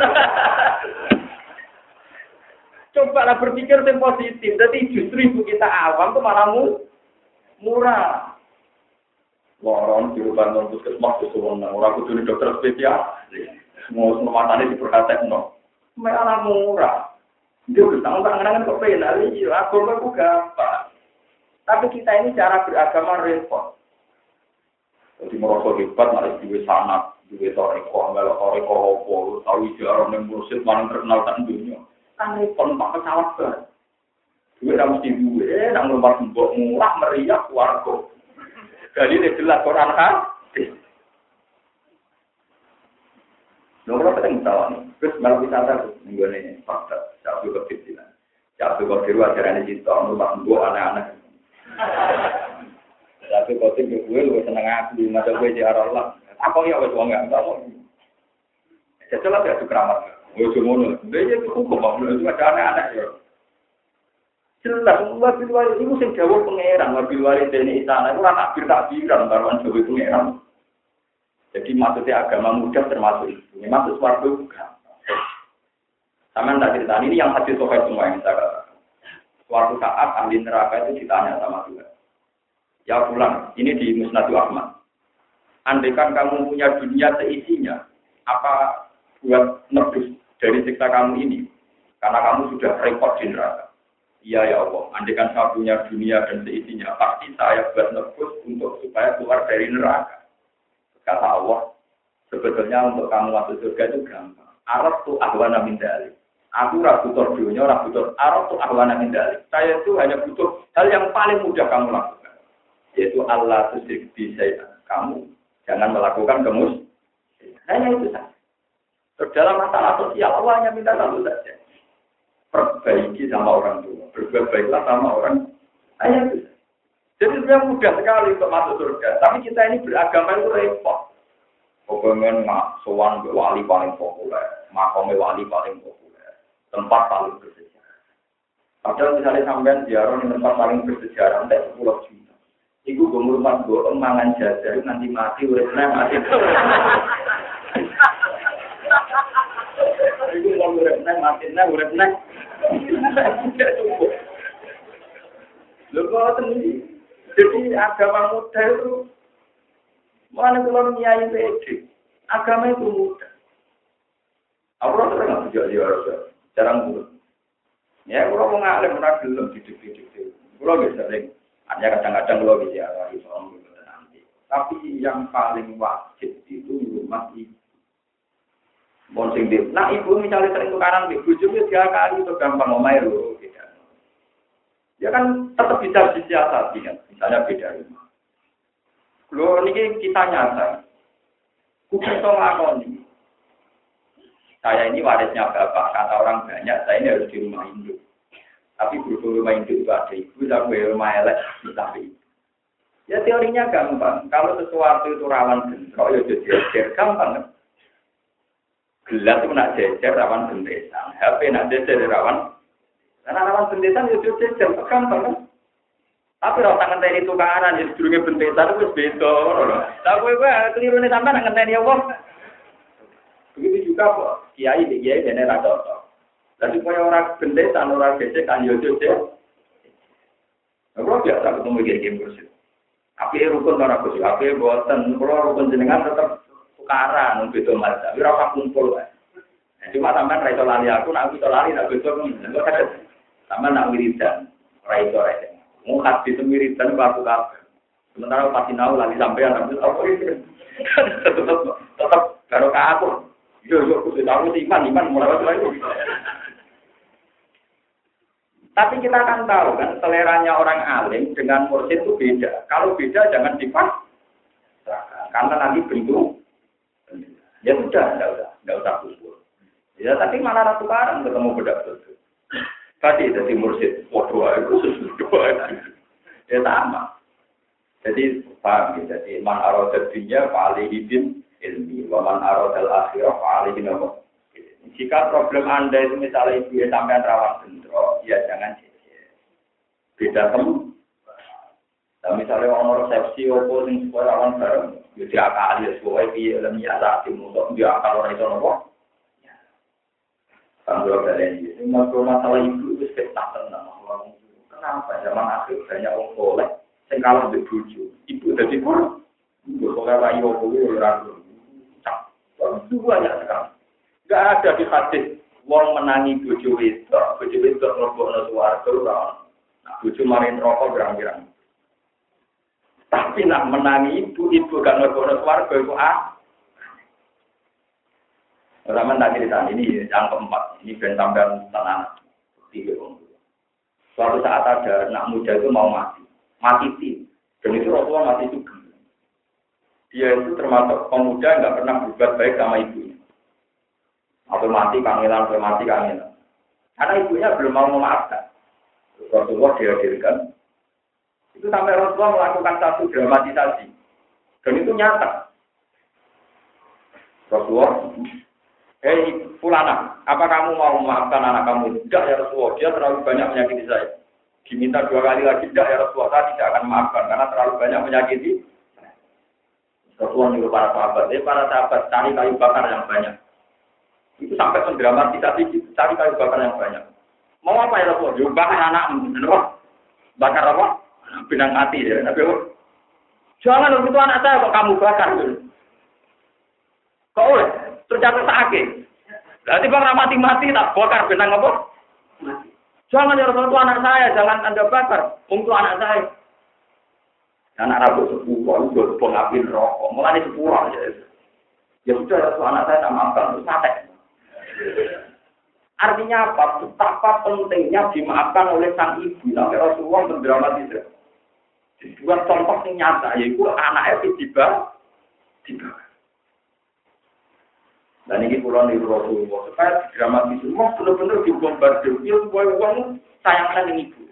Cobalah berpikir yang positif. Jadi justru ibu kita awam itu malah murah. Lorong di rumah non puskesmas itu orang kudu dokter spesial. Semua matanya diperhatikan no. Malah murah. Dia bertanggung-tanggung kok penal iki aku gampang. Tapi kita ini cara beragama repot. Jadi merasa hebat malah duwe sanad, duwe toriko, melok toriko opo, tahu jarang yang mursid paling terkenal tak dunia. Kan repot pak pesawat kan. Duwe ra mesti duwe, nang numpak mbok murah meriah warga. Jadi ini jelas Quran hadis. Nomor penting tahu nih. Terus malah wisata minggu ini fakta. Jatuh kecil. Jatuh kecil ajaran di situ. Numpak mbok anak-anak. Tapi kau tinggal gue lu seneng aku, masa gue di arah Allah. Apa ya wes uang enggak mau. Setelah dia keramat, gue cuma nol. Dia itu hukum, itu ada anak-anak ya. Jelas, wabil wali itu sing jawab pangeran, wabil wali dari istana itu rata takbiran baruan jawab pangeran. Jadi maksudnya agama mudah termasuk itu. Ini masuk suatu juga. Sama tak cerita ini yang hadis sohail semua yang saya katakan. Suatu saat ahli neraka itu ditanya sama Tuhan. Ya pulang, ini di Musnadu Ahmad. Andaikan kamu punya dunia seisinya, apa buat nebus dari siksa kamu ini? Karena kamu sudah repot di neraka. Iya ya Allah, andaikan saya punya dunia dan seisinya, pasti saya buat nebus untuk supaya keluar dari neraka. Kata Allah, sebetulnya untuk kamu masuk surga itu gampang. Arab tu ahwana min dalik. Aku ragu butuh dunia, ragu butuh Arab tu ahwana min dalik. Saya itu hanya butuh hal yang paling mudah kamu lakukan. Yaitu Allah tusyrik bi syai'an. Kamu jangan melakukan kemus. Hanya itu saja. Dalam masalah sosial Allah hanya minta satu saja. Perbaiki sama orang tua. Berbuat baiklah sama orang. Hanya itu saja. Jadi sebenarnya mudah sekali untuk masuk surga. Tapi kita ini beragama itu repot. Pokoknya sowan wali paling populer. Makomnya wali paling populer. Tempat paling bersejarah. Padahal misalnya sampean ziarah di tempat paling bersejarah. Sampai 10 juta. Iku gomurmat go mangan jajar nanti mati uripna mati. Iku mau uripna uripna. Lho kok ini. Jadi agama muda itu Mulane kula nyai pede. Agama itu mudah. Aku sering ngajak dia jarang dulu. Ya, kalau mau ngalim pernah belum didik-didik. Kalau bisa sering, hanya kadang-kadang kalau bisa lagi soal itu nanti. Tapi yang paling wajib itu rumah ibu. Bonsing dia. Nah ibu misalnya sering tukaran di bujuknya 3 kali itu gampang ngomai loh. Ya kan tetap bisa disiasati kan. Misalnya beda rumah. Kalau ini kita nyata. Kudu ngakoni. Saya ini warisnya bapak, kata orang banyak, saya ini harus di rumah induk. Tapi berhubung rumah induk itu ada ibu, tapi rumah elek, tapi ya teorinya gampang. Kalau sesuatu itu rawan bentrok, ya jejer, gampang kan? Gelas itu nak jejer, rawan bentesan. HP nak jejer, rawan. Karena rawan bentesan, ya jejer, gampang kan? Tapi kalau tangan tadi tukaran, ya sedurungnya bentesan, itu beda. Tapi gue keliru nih sampai nak ngenteni Allah. Begitu juga kok, kiai dan rata-rata. Dan supaya orang bendesan, orang becek, kan yojo-yojo. Kalau biasa ketemu kiai bersih. Tapi rukun orang bersih, tapi buatan, kalau rukun jenengan tetap tukaran, begitu mas. Tapi rasa kumpul. Cuma sampai raiso lali aku, nak raiso lali, nak betul. Sampai nak wiridan, raiso. Mukat di wiridan, aku kabar. Sementara pasti tahu lagi sampai anak itu, tetap baru ke aku. Yo, aku iman mulai itu. Tapi kita akan tahu kan, seleranya orang alim dengan mursyid itu beda. Kalau beda jangan dipaksa, karena nanti bentuk. Ya sudah, enggak usah kumpul. Ya tapi malah ratu karang ketemu bedak-bedak. Tadi jadi mursyid, waduh itu sesuatu. Ya sama. Jadi paham ya, jadi man arodat dunya fa'alihibin ilmi, waman arodal akhirah fa'alihin apa. Jika problem Anda itu misalnya ibu sampai rawan bentrok, ya jangan jejer. Beda temu. Nah, misalnya orang resepsi opo sing supaya rawan bareng, ya diakali ya supaya piye lan ya sak dimutuk dia akal ora iso nopo. Ya. Kalau kalian ini masalah ibu itu sekitar tenang. Kenapa zaman akhir banyak orang soleh sing kalah mbek bojo. Ibu dadi kurang. Ibu kok ora yo kuwi ora itu banyak sekali. Enggak ada di hadis wong menangi bojo wedok mlebokno swarga ora. Nah, bojo marin rokok gerang-gerang. Tapi nak menangi ibu gak mlebokno swarga iku Raman tak cerita ini yang keempat. Ini ben sampean tenan. Suatu saat ada anak muda itu mau mati tim. Dan itu Rasulullah mati juga. Dia itu termasuk pemuda yang nggak pernah berbuat baik sama ibunya. Atau mati kangelan. Karena ibunya belum mau memaafkan. Rasulullah dihadirkan. Itu sampai Rasulullah melakukan satu dramatisasi. Dan itu nyata. Rasulullah, hei fulana, apa kamu mau memaafkan anak kamu? Tidak ya Rasulullah, dia terlalu banyak menyakiti saya. Diminta 2 kali lagi, tidak ya Rasulullah, saya tidak akan memaafkan karena terlalu banyak menyakiti. Rasulullah nyuruh para sahabat cari kayu bakar yang banyak. Itu sampai pendramatisasi cari kayu bakar yang banyak. Mau apa ya Rasulullah? Bakar anakmu, bakar apa? Benang mati ya. Nabi, jangan begitu anak saya kok kamu bakar dulu. Kok oleh terjatuh sakit. Berarti bang mati tak bakar benang apa? Mati. Jangan ya Rasulullah anak saya, jangan Anda bakar untuk anak saya. Anak rambut sepuluh, itu pengapin rokok. Mulai sepuluh aja. Ya sudah, anak saya tak maafkan, itu sate. Artinya apa? Betapa pentingnya dimaafkan oleh sang ibu. Sampai Rasulullah mendramatisir. Dibuat contoh yang nyata, yaitu anaknya tiba. Dan ini pulang dari Rasulullah. Supaya dramatisir. Semua benar-benar dibombardir. Dia supaya uang sayangkan dengan ibu.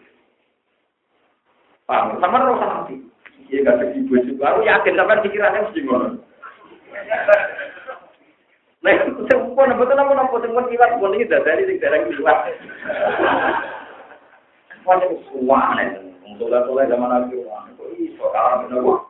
Paham? Sama rasa nanti. Iya nggak ada ibu juga. Aku yakin sampai pikirannya mesti ngono. Nah, semua betul kilat pun ini dari daerah kilat. Semuanya semua nih. Untuk zaman Nabi Muhammad. Kok iso kalah benar.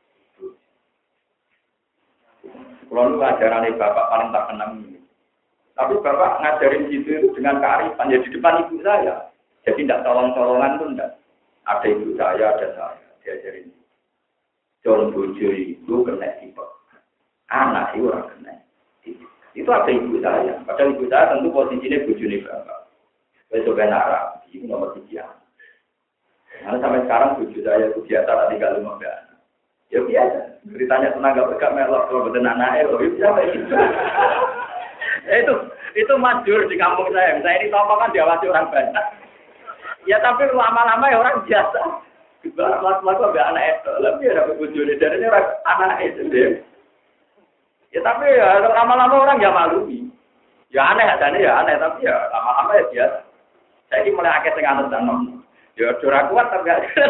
Kalau lu ajaran bapak paling tak kenal ini. Tapi bapak ngajarin gitu dengan kearifan ya di depan ibu saya. Jadi tidak tolong-tolongan tuh enggak. Ada ibu saya, ada saya diajarin. Jong bojo itu kena tipe. Anak itu orang kena. Itu ada ibu saya. Padahal ibu saya tentu posisinya bojone bapak. Besok kan Arab, itu nomor 3. Karena sampai sekarang bojo saya itu biasa tak tinggal 5 anak. Ya biasa. Ceritanya tenaga berkak melok kalau betul anaknya loh. Itu masyhur di kampung saya. Saya ini toko kan diawasi orang banyak. Ya tapi lama-lama ya orang biasa. Lama-lama ambil anak itu. Lebih ada bojone dari ini orang anak itu. Ya tapi ya lama-lama orang ya malu. Ya aneh adanya ya aneh tapi ya lama-lama ya biasa. Saya ini mulai akeh sing anut dan ya ora kuat tapi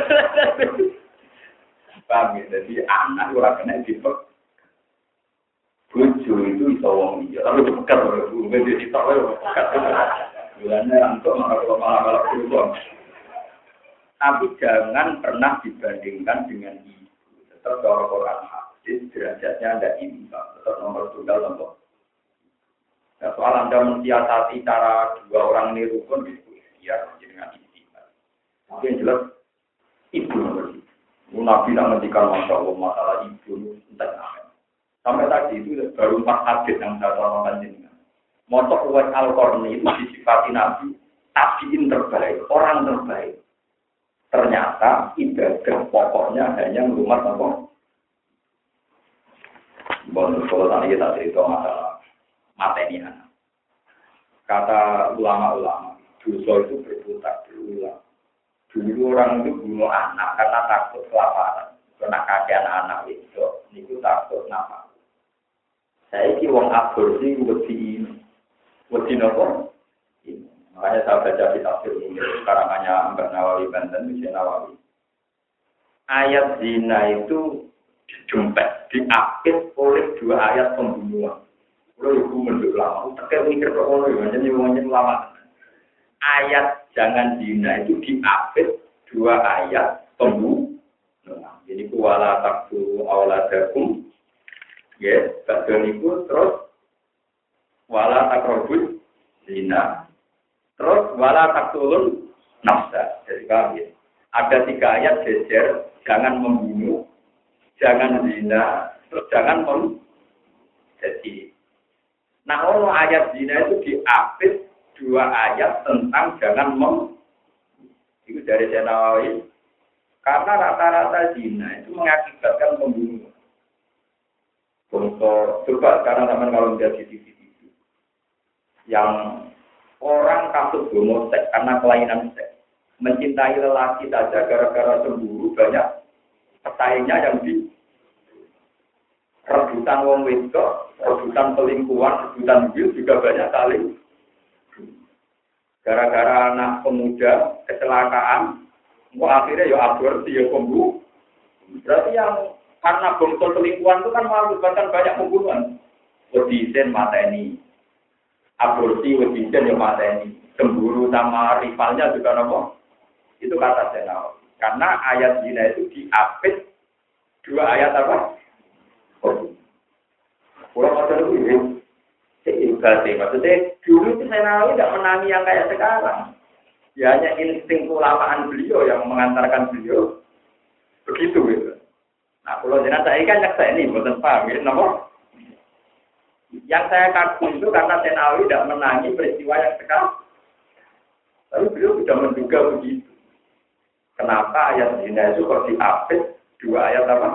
paham ya. Jadi anak ora kena dipek. Bojo itu iso wong iya, tapi pekat ora kuwi dadi tok wae pekat. Bulane antuk malah berubah. Tapi jangan pernah dibandingkan dengan ibu. Tetap cara Quran hadis derajatnya ada imbang. Tetap nomor tunggal nomor. Nah, soal Anda mensiasati cara 2 orang ini rukun itu ya dengan istimewa. Tapi yang jelas ibu nomor 1. Nabi menghentikan Masya Allah masalah ibu entah. Sampai tadi itu baru 4 hadis yang saya sampaikan ini. Motok Uwais Al-Qarni itu disifati Nabi tabiin terbaik, orang terbaik. Ternyata ibadah pokoknya hanya rumah apa? Bonus kalau tadi kita cerita masalah materi anak. Kata ulama-ulama, dosa itu berputar berulang. Dulu orang itu bunuh anak karena takut kelaparan. Karena kakek anak-anak itu, itu takut nafas. Saya ini wong aborsi wedi nopo. Makanya saya baca di tafsir ini karangannya Mbak Nawawi Banten, Mbak Nawawi. Ayat zina itu dijempet, diapit oleh 2 ayat pembunuhan. Kalau ibu menduk lama, terkait mikir kalau macam lama. Ayat jangan zina itu diapit 2 ayat pembunuhan. Jadi kuala taktu awaladakum, ya, bagian itu terus wala takrobus zina, terus wala taktulun nafsa. Jadi kalian ada 3 ayat jejer, jangan membunuh, jangan zina, terus jangan jadi. Nah, kalau ayat zina itu diapit 2 ayat tentang jangan itu dari Nawawi. Karena rata-rata zina itu mengakibatkan pembunuhan. Contoh, coba sekarang teman kalau melihat di TV itu, yang orang kasus homoseks karena kelainan seks, mencintai lelaki saja gara-gara cemburu banyak pesaingnya yang di rebutan wong wedok, rebutan selingkuhan, rebutan bil juga banyak saling. Gara-gara anak pemuda kecelakaan, akhirnya ya aborsi ya pembunuh. Berarti yang karena bongkol selingkuhan itu kan mengakibatkan banyak pembunuhan. Wedisen mateni, aborsi wedisen ya mateni, cemburu sama rivalnya juga nopo. Itu kata Senau. Karena ayat zina itu diapit 2 ayat apa? Kurang ada lebih. Maksudnya dulu itu Senau tidak menangi yang kayak sekarang. Ya hanya insting keulamaan beliau yang mengantarkan beliau begitu gitu. Nah, kalau jenazah saya kan nyaksa ini, bukan paham, gitu, nomor. Yang saya kagum itu karena Senawi tidak menangi peristiwa yang sekarang. Tapi beliau sudah menduga begitu. Kenapa ayat zina itu kok diapit 2 ayat apa?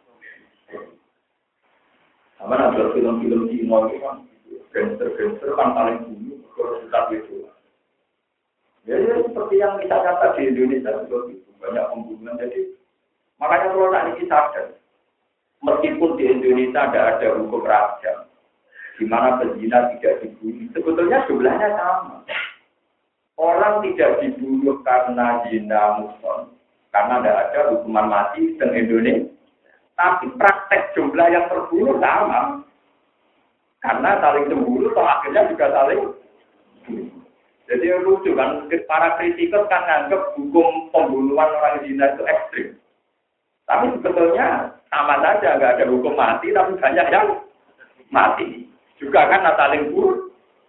Sama ada film-film di Cina itu kan, gangster-gangster kan paling dulu, kalau tetap itu. Ya, seperti yang kita kata di Indonesia juga gitu, banyak pembunuhan. Jadi makanya kalau tak ini sadar, meskipun di Indonesia tidak ada hukum rajam, di mana pezina tidak dibunuh, sebetulnya jumlahnya sama. Orang tidak dibunuh karena zina muson, karena tidak ada hukuman mati di Indonesia. Tapi praktek jumlah yang terbunuh sama, karena saling cemburu, atau akhirnya juga saling bunuh. Jadi lucu kan, para kritikus kan menganggap hukum pembunuhan orang zina itu ekstrim. Tapi sebetulnya sama saja, nggak ada hukum mati, tapi banyak yang mati. Juga kan saling bunuh.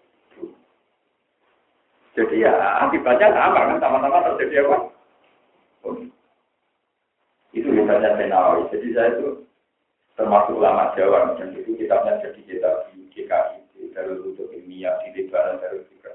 Jadi ya akibatnya sama kan, sama-sama terjadi apa? Itu ya. hebatnya Senawi. Jadi saya itu termasuk ulama Jawa dan itu kitabnya jadi kitab di GKI Darul Kutub Ilmiah di Lebaran Darul juga.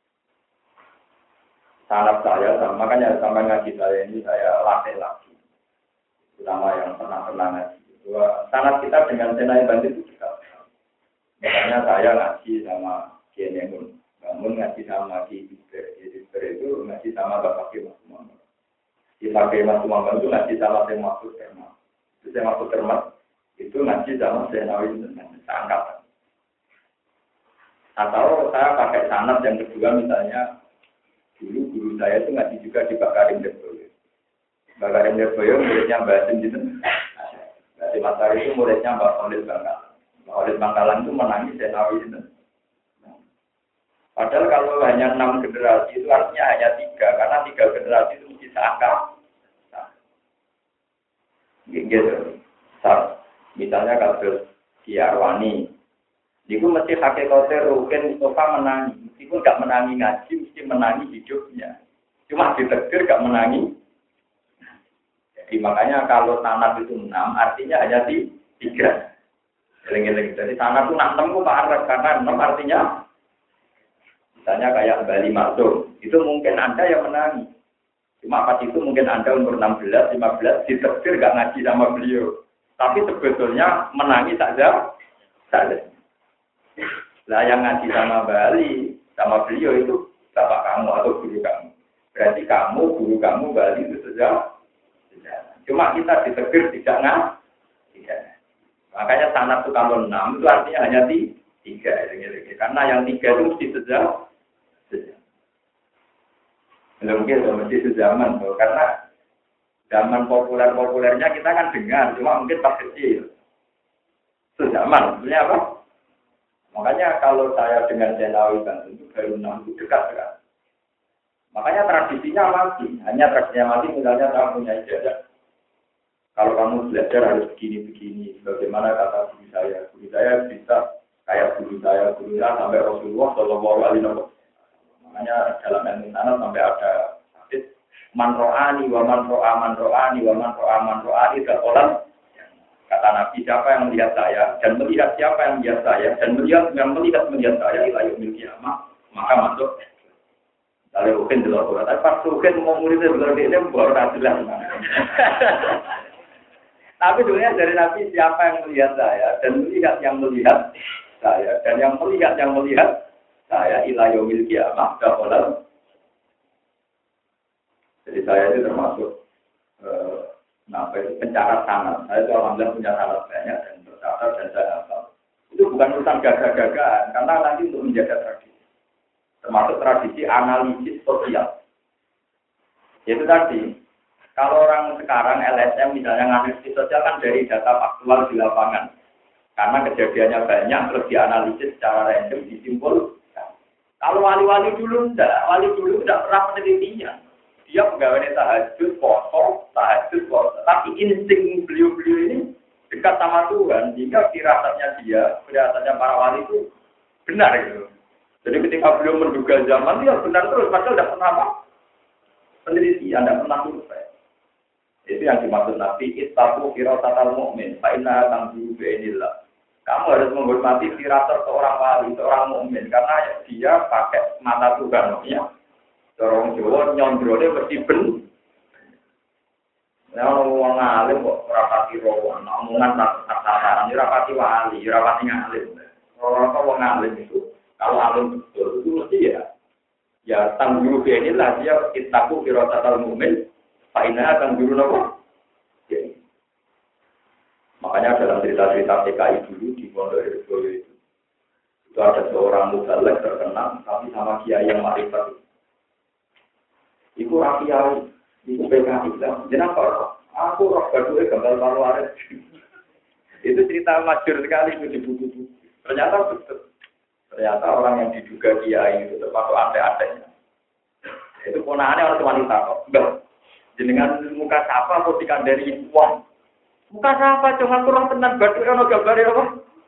Sangat saya, makanya sampai ngaji saya ini saya latih lagi. Terutama yang pernah ngaji. Sangat kita dengan Senai Bandit itu dekat. Misalnya saya ngaji sama Kiai Nemun, namun ngaji sama Kiai Iber itu ngaji sama Bapak Kiai Mas Umar. Di Kiai Mas Umar itu ngaji sama Kiai Mahfud Termat. Itu Kiai Mahfud Termat itu ngaji sama Senawi dengan seangkatan. Atau saya pakai sanad yang kedua misalnya. Dulu guru saya itu ngaji juga di Bakarim Derboyo. Bakarim Derboyo muridnya Mbak Asim gitu. Mbak Matahari itu muridnya Mbak Khalid Bangkalan. Mbak Khalid Bangkalan itu menangis Senawi itu. Padahal kalau hanya 6 generasi itu artinya hanya 3. Karena 3 generasi itu mesti seangkat. Gitu. Misalnya kasus Ki Arwani. Itu mesti hakikatnya Rukin Mustafa menangi. Meskipun gak menangi ngaji, mesti menangi hidupnya. Cuma ditegir gak menangi. Jadi makanya kalau sanad itu 6, artinya hanya 3. Jadi sanad itu 6 itu parah, karena 6 artinya. Misalnya kayak Bali Maksum, itu mungkin Anda yang menangi. Cuma pas itu mungkin Anda umur 16, 15, ditegir gak ngaji sama beliau. Tapi sebetulnya menangi saja. Lah yang ngaji sama Bali, sama beliau itu bapak kamu atau guru kamu. Berarti kamu, guru kamu, Bali itu saja. Cuma kita ditegur tidak. Makanya sanad itu kalau 6 itu artinya hanya 3. Karena yang 3 itu mesti saja. Mungkin mesti sejaman, karena zaman populernya kita kan dengar, cuma mungkin pas kecil. Sejaman, sebenarnya apa? Makanya kalau saya dengan Senawi Banten itu baru 6 itu dekat. Makanya tradisinya mati. Hanya tradisinya mati misalnya kamu punya ijazah. Kalau kamu belajar harus begini. Bagaimana kata guru saya? Guru saya bisa kayak guru saya sampai Rasulullah Shallallahu Alaihi Wasallam. Makanya dalam ilmu sanad sampai ada hadis man ro'ani wa man ro'ani tidak kolam. Kata Nabi, siapa yang melihat saya, dan melihat siapa yang melihat saya, dan melihat saya, ila yaumil qiyamah, maka masuk. Kalau Rukin jelas, tapi pas Rukin mau muridnya berarti ini baru jelas. Tapi sebenarnya dari Nabi, siapa yang melihat saya, dan melihat yang melihat saya, dan yang melihat saya, ila yaumil qiyamah, tidak kolam. Jadi saya itu termasuk pencatat sanad. Saya itu alhamdulillah punya sanad banyak dan tercatat dan saya hafal. Itu bukan urusan gagah-gagahan, karena nanti untuk menjaga tradisi. Termasuk tradisi analisis sosial. Itu tadi, kalau orang sekarang LSM misalnya analisis sosial kan dari data faktual di lapangan. Karena kejadiannya banyak, terus dianalisis secara random, disimpul. Kalau wali-wali dulu tidak pernah penelitian. Dia pegawai tahajud, poso. Tapi insting beliau-beliau ini dekat sama Tuhan, sehingga firasatnya para wali itu benar gitu. Jadi ketika beliau menduga zaman, dia benar terus, padahal tidak pernah apa? Penelitian, tidak pernah survei. Itu yang dimaksud Nabi, ittaqu firasatal mu'min, fa inna tanzuru bi'inillah. Kamu harus menghormati firasat seorang wali, seorang mukmin, karena dia pakai mata Tuhan, ya. Orang Jawa nyondrone mesti ben. Nek wong alim kok ora pati rowan, omongan tak-takaran ora pati wali, ora pati ngalim. Ora kok wong alim itu. Kalau alim betul itu mesti ya tangguru inilah dia ittaqu firasatal mu'min, fa inna tangguru napa? Makanya dalam cerita-cerita PKI dulu di Pondok Herboyo itu ada seorang mubalek terkenal tapi sama kiai yang marifat. Iku rakyat, iku PKI lah. Jangan aku roh gaduhe gambar waris. Itu cerita masyhur sekali itu di buku-buku. Ternyata betul. Ternyata orang yang diduga kiai itu termasuk antek-anteknya. Itu ponakannya orang wanita kok. Enggak. Jenengan muka siapa kok dikandani uang? Muka siapa? Cuma aku roh tenan gaduhe ono gambare apa?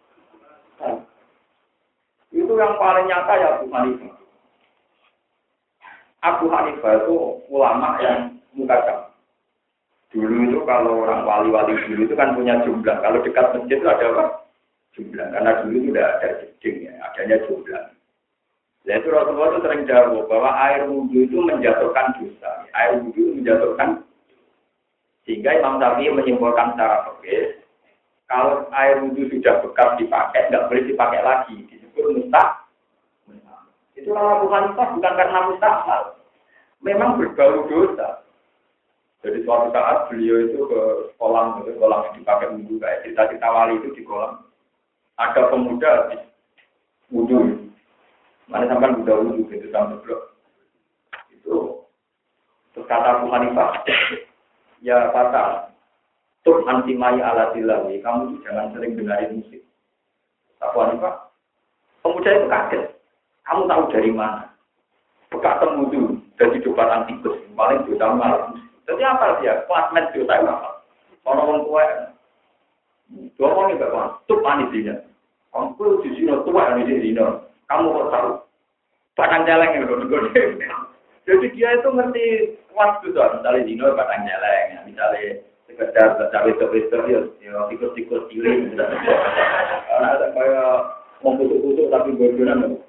Itu yang paling nyata ya Abu Hanifah. Abu Hanifah itu ulama yang mukadam. Dulu itu kalau orang wali-wali dulu itu kan punya jumlah. Kalau dekat masjid itu ada apa? Jumlah. Karena dulu itu tidak ada jeding ya, adanya jumlah. Nah itu Rasulullah itu sering jawab bahwa air wudhu itu menjatuhkan dosa. Air wudhu menjatuhkan. Sehingga Imam Syafi'i menyimpulkan secara fikih, kalau air wudhu sudah bekas dipakai, nggak boleh dipakai lagi. Disebut mustah. Itu kalau bukan karena mustahil. Memang berbau dosa. Jadi suatu saat beliau itu ke kolam yang dipakai wudhu kayak cerita-cerita wali itu di kolam. Ada pemuda habis wudhu. Mana sampai udah wudhu gitu sampai blok. Itu terus kata Abu Hanifah, ya kata, tuh antimai alatillahi, kamu tuh jangan sering dengarin musik. Abu Hanifah, pemuda itu kaget. Kamu tahu dari mana? Bekas wudhu dari jubatan tikus, paling dosa malam. Jadi apa dia? Klasmen dosa apa? Orang tua. Dua orang juga kan, tuh anisinya. Kamu di sini tua di sini. Kamu kok tahu? Batang celeng yang gede. Jadi dia itu ngerti waktu tuh, misalnya dino batang celeng, ya. Misalnya sekedar cabai-cabai ya tikus-tikus cilik. Karena ada kayak mau kusuk-kusuk tapi bodohan.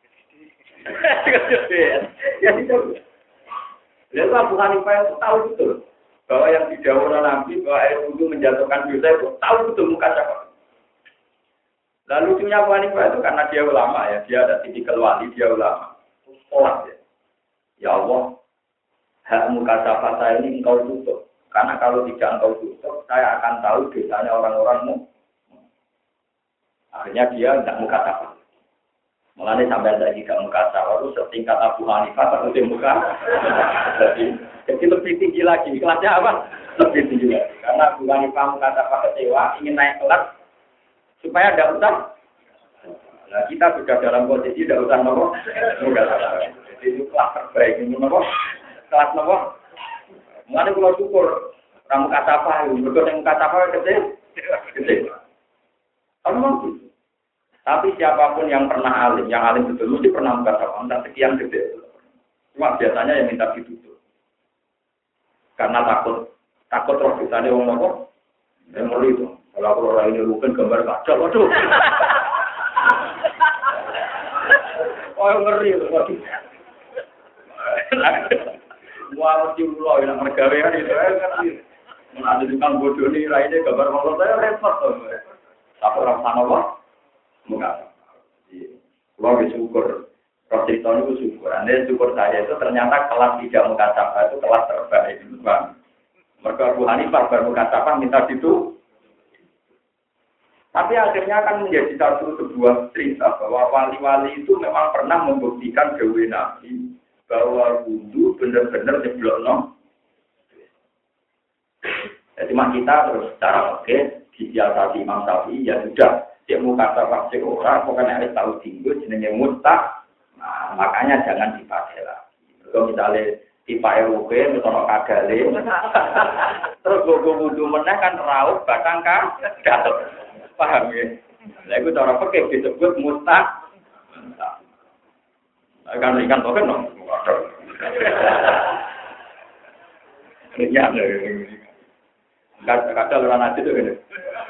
Ya itu. Lalu Abu Hanifah itu tahu betul bahwa yang didhawuhkan Nabi bahwa air wudhu menjatuhkan dosa itu tahu betul muka siapa. Lalu lucunya Abu Hanifah itu karena dia ulama ya, dia ada tipikal wali, dia ulama. Sholat ya. Ya Allah, hak muka siapa saya ini engkau tutup. Karena kalau tidak engkau tutup, saya akan tahu dosanya orang-orangmu. Akhirnya dia tidak muka siapa. Mulanya sampai saya tidak muka siapa, itu setingkat Abu Hanifah atau muka. Jadi lebih tinggi lagi. Kelasnya apa? Lebih tinggi lagi. Karena Abu Hanifah muka siapa kecewa, ingin naik kelas. Supaya tidak usah. Nah kita sudah dalam posisi tidak usah nopo. Enggak salah. Jadi itu kelas terbaik ini nopo. Kelas nopo. Mulanya kalau syukur ramu kata apa? Berikut yang kata apa kecil. Kalau mau. Tapi siapapun yang pernah alim, yang alim betul mesti pernah berkata entah sekian gede. Cuma biasanya yang minta ditutup. Karena takut roh kita ada orang nopo. Yang ngeri itu. Kalau aku orang ini bukan gambar kacau, waduh. Oh ngeri, waduh. Wah mesti ulo yang mergawean itu ngerti. Menanti tukang bodoh ini lainnya gambar kalau saya repot. Tapi orang sana wah, enggak. Kalau bersyukur, roh cerita itu syukur. Anda syukur saya itu ternyata kelas tidak mengatakan itu kelas terbaik, bang. Mereka Abu Hanifah baru mengatakan minta itu. Tapi akhirnya akan menjadi sebuah cerita bahwa wali-wali itu memang pernah membuktikan dawuh Nabi bahwa wudhu benar-benar nyeblokno. Jadi kita terus secara oke disiasati Imam Syafi'i ya sudah dia mau kata pasti orang pokoknya harus tahu tinggal jenenge mustah. Nah, makanya jangan dipakai lagi. Kalau misalnya dipakai rugen atau kagale, terus gogo wudhu meneh kan raup batang kan jatuh. Paham ya? Nah itu cara pakai disebut mustah. Kan ikan token dong. Ya, kadang orang nanti itu kan.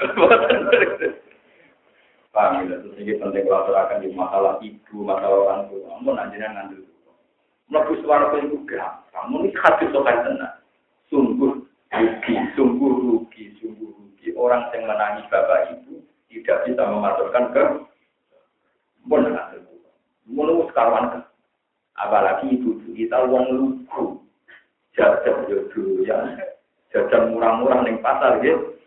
Paham ya? Terus ini penting kalau akan di masalah ibu, masalah orang tua. Kamu nantinya ngambil. Melebu suara itu gampang. Kamu ini hadis sokan tenang. Sungguh rugi. Orang yang menangis bapak ibu tidak bisa mematurkan ke benar. Menurut kawan, apalagi ibu kita uang lugu, jajan jodoh ya, jajan murah-murah neng pasar gitu.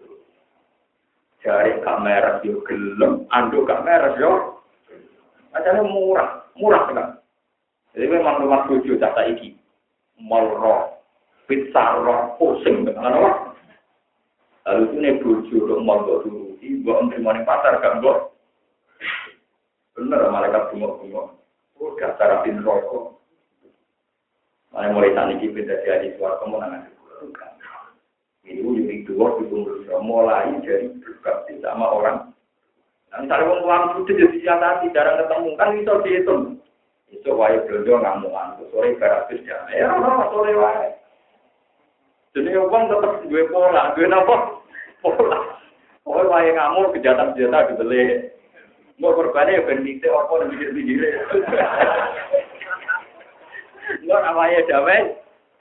Cari kamera yo gelem, anduk kamera yo, macamnya murah kan. Jadi memang rumah tujuh jasa iki, mall pizza roh, pusing dengan apa? Lalu itu nih bojo mau turuti, buat menerima nih pasar kan buat. Bener malaikat bunga. Udah cara pin rokok. Mulai tani kita jadi suara kemenangan. Ini uji dua mulai dari berkati sama orang. Dan cara orang sudah disiasati jarang ketemu kan bisa dihitung. Itu wae belanja ngamuan, sore 100 jam. Ya sore wae. Jadi wong tetep duwe pola, duwe napa? Pola. Oh, wae ngamuk kejahatan-kejahatan dibeli. Mau korbane ya ben dite apa nang pikir-pikire. Enggak namanya damai.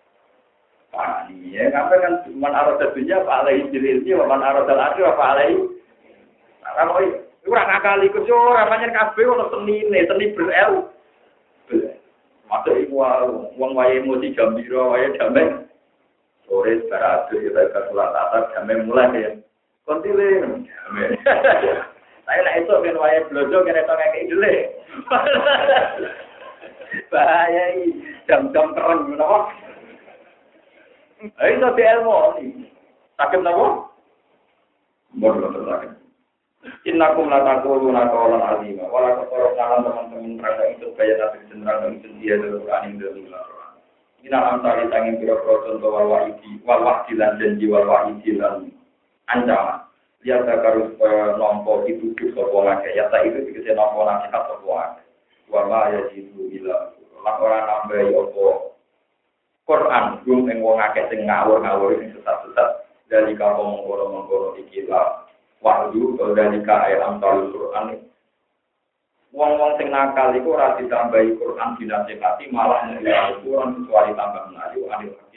Iya, kan man arada dunya apa alai jililnya, man arada akhir apa alai. Karena itu orang akal ikut yo, namanya kabeh ono seni berel. Masuk iku wong wae emosi gembira, wae damai. Sore baratu kita ke salat asar damai mulai ya. Kontile. Saya nek esuk ben wae blojo kene to ngekek dele. Bahaya iki jam-jam terang ngono. Ayo tapi ilmu ini. Sakit apa? Bodoh sakit. Innakum la taquluna qawlan azima. Wala taqulu qalan teman-teman rasa itu kaya tapi cenderung itu dia dalam Quran ini dalam Quran. Ina amsali tanging pira-pira contoh wal wahdi lan janji wal wahdi lan ancaman. Lihat karus nompo itu sapa ngake. Ya tak itu dikese nompo nasihat sapa ngake. Wa ma yajidu ila ora nambahi apa Quran belum yang wong akeh sing ngawur sing sesat-sesat dari kaum mengkono iki lah wahyu dari kaelam talul Quran wong-wong sing nakal iku ora ditambahi Quran dinasihati malah ngene Quran kecuali tambah menayu anil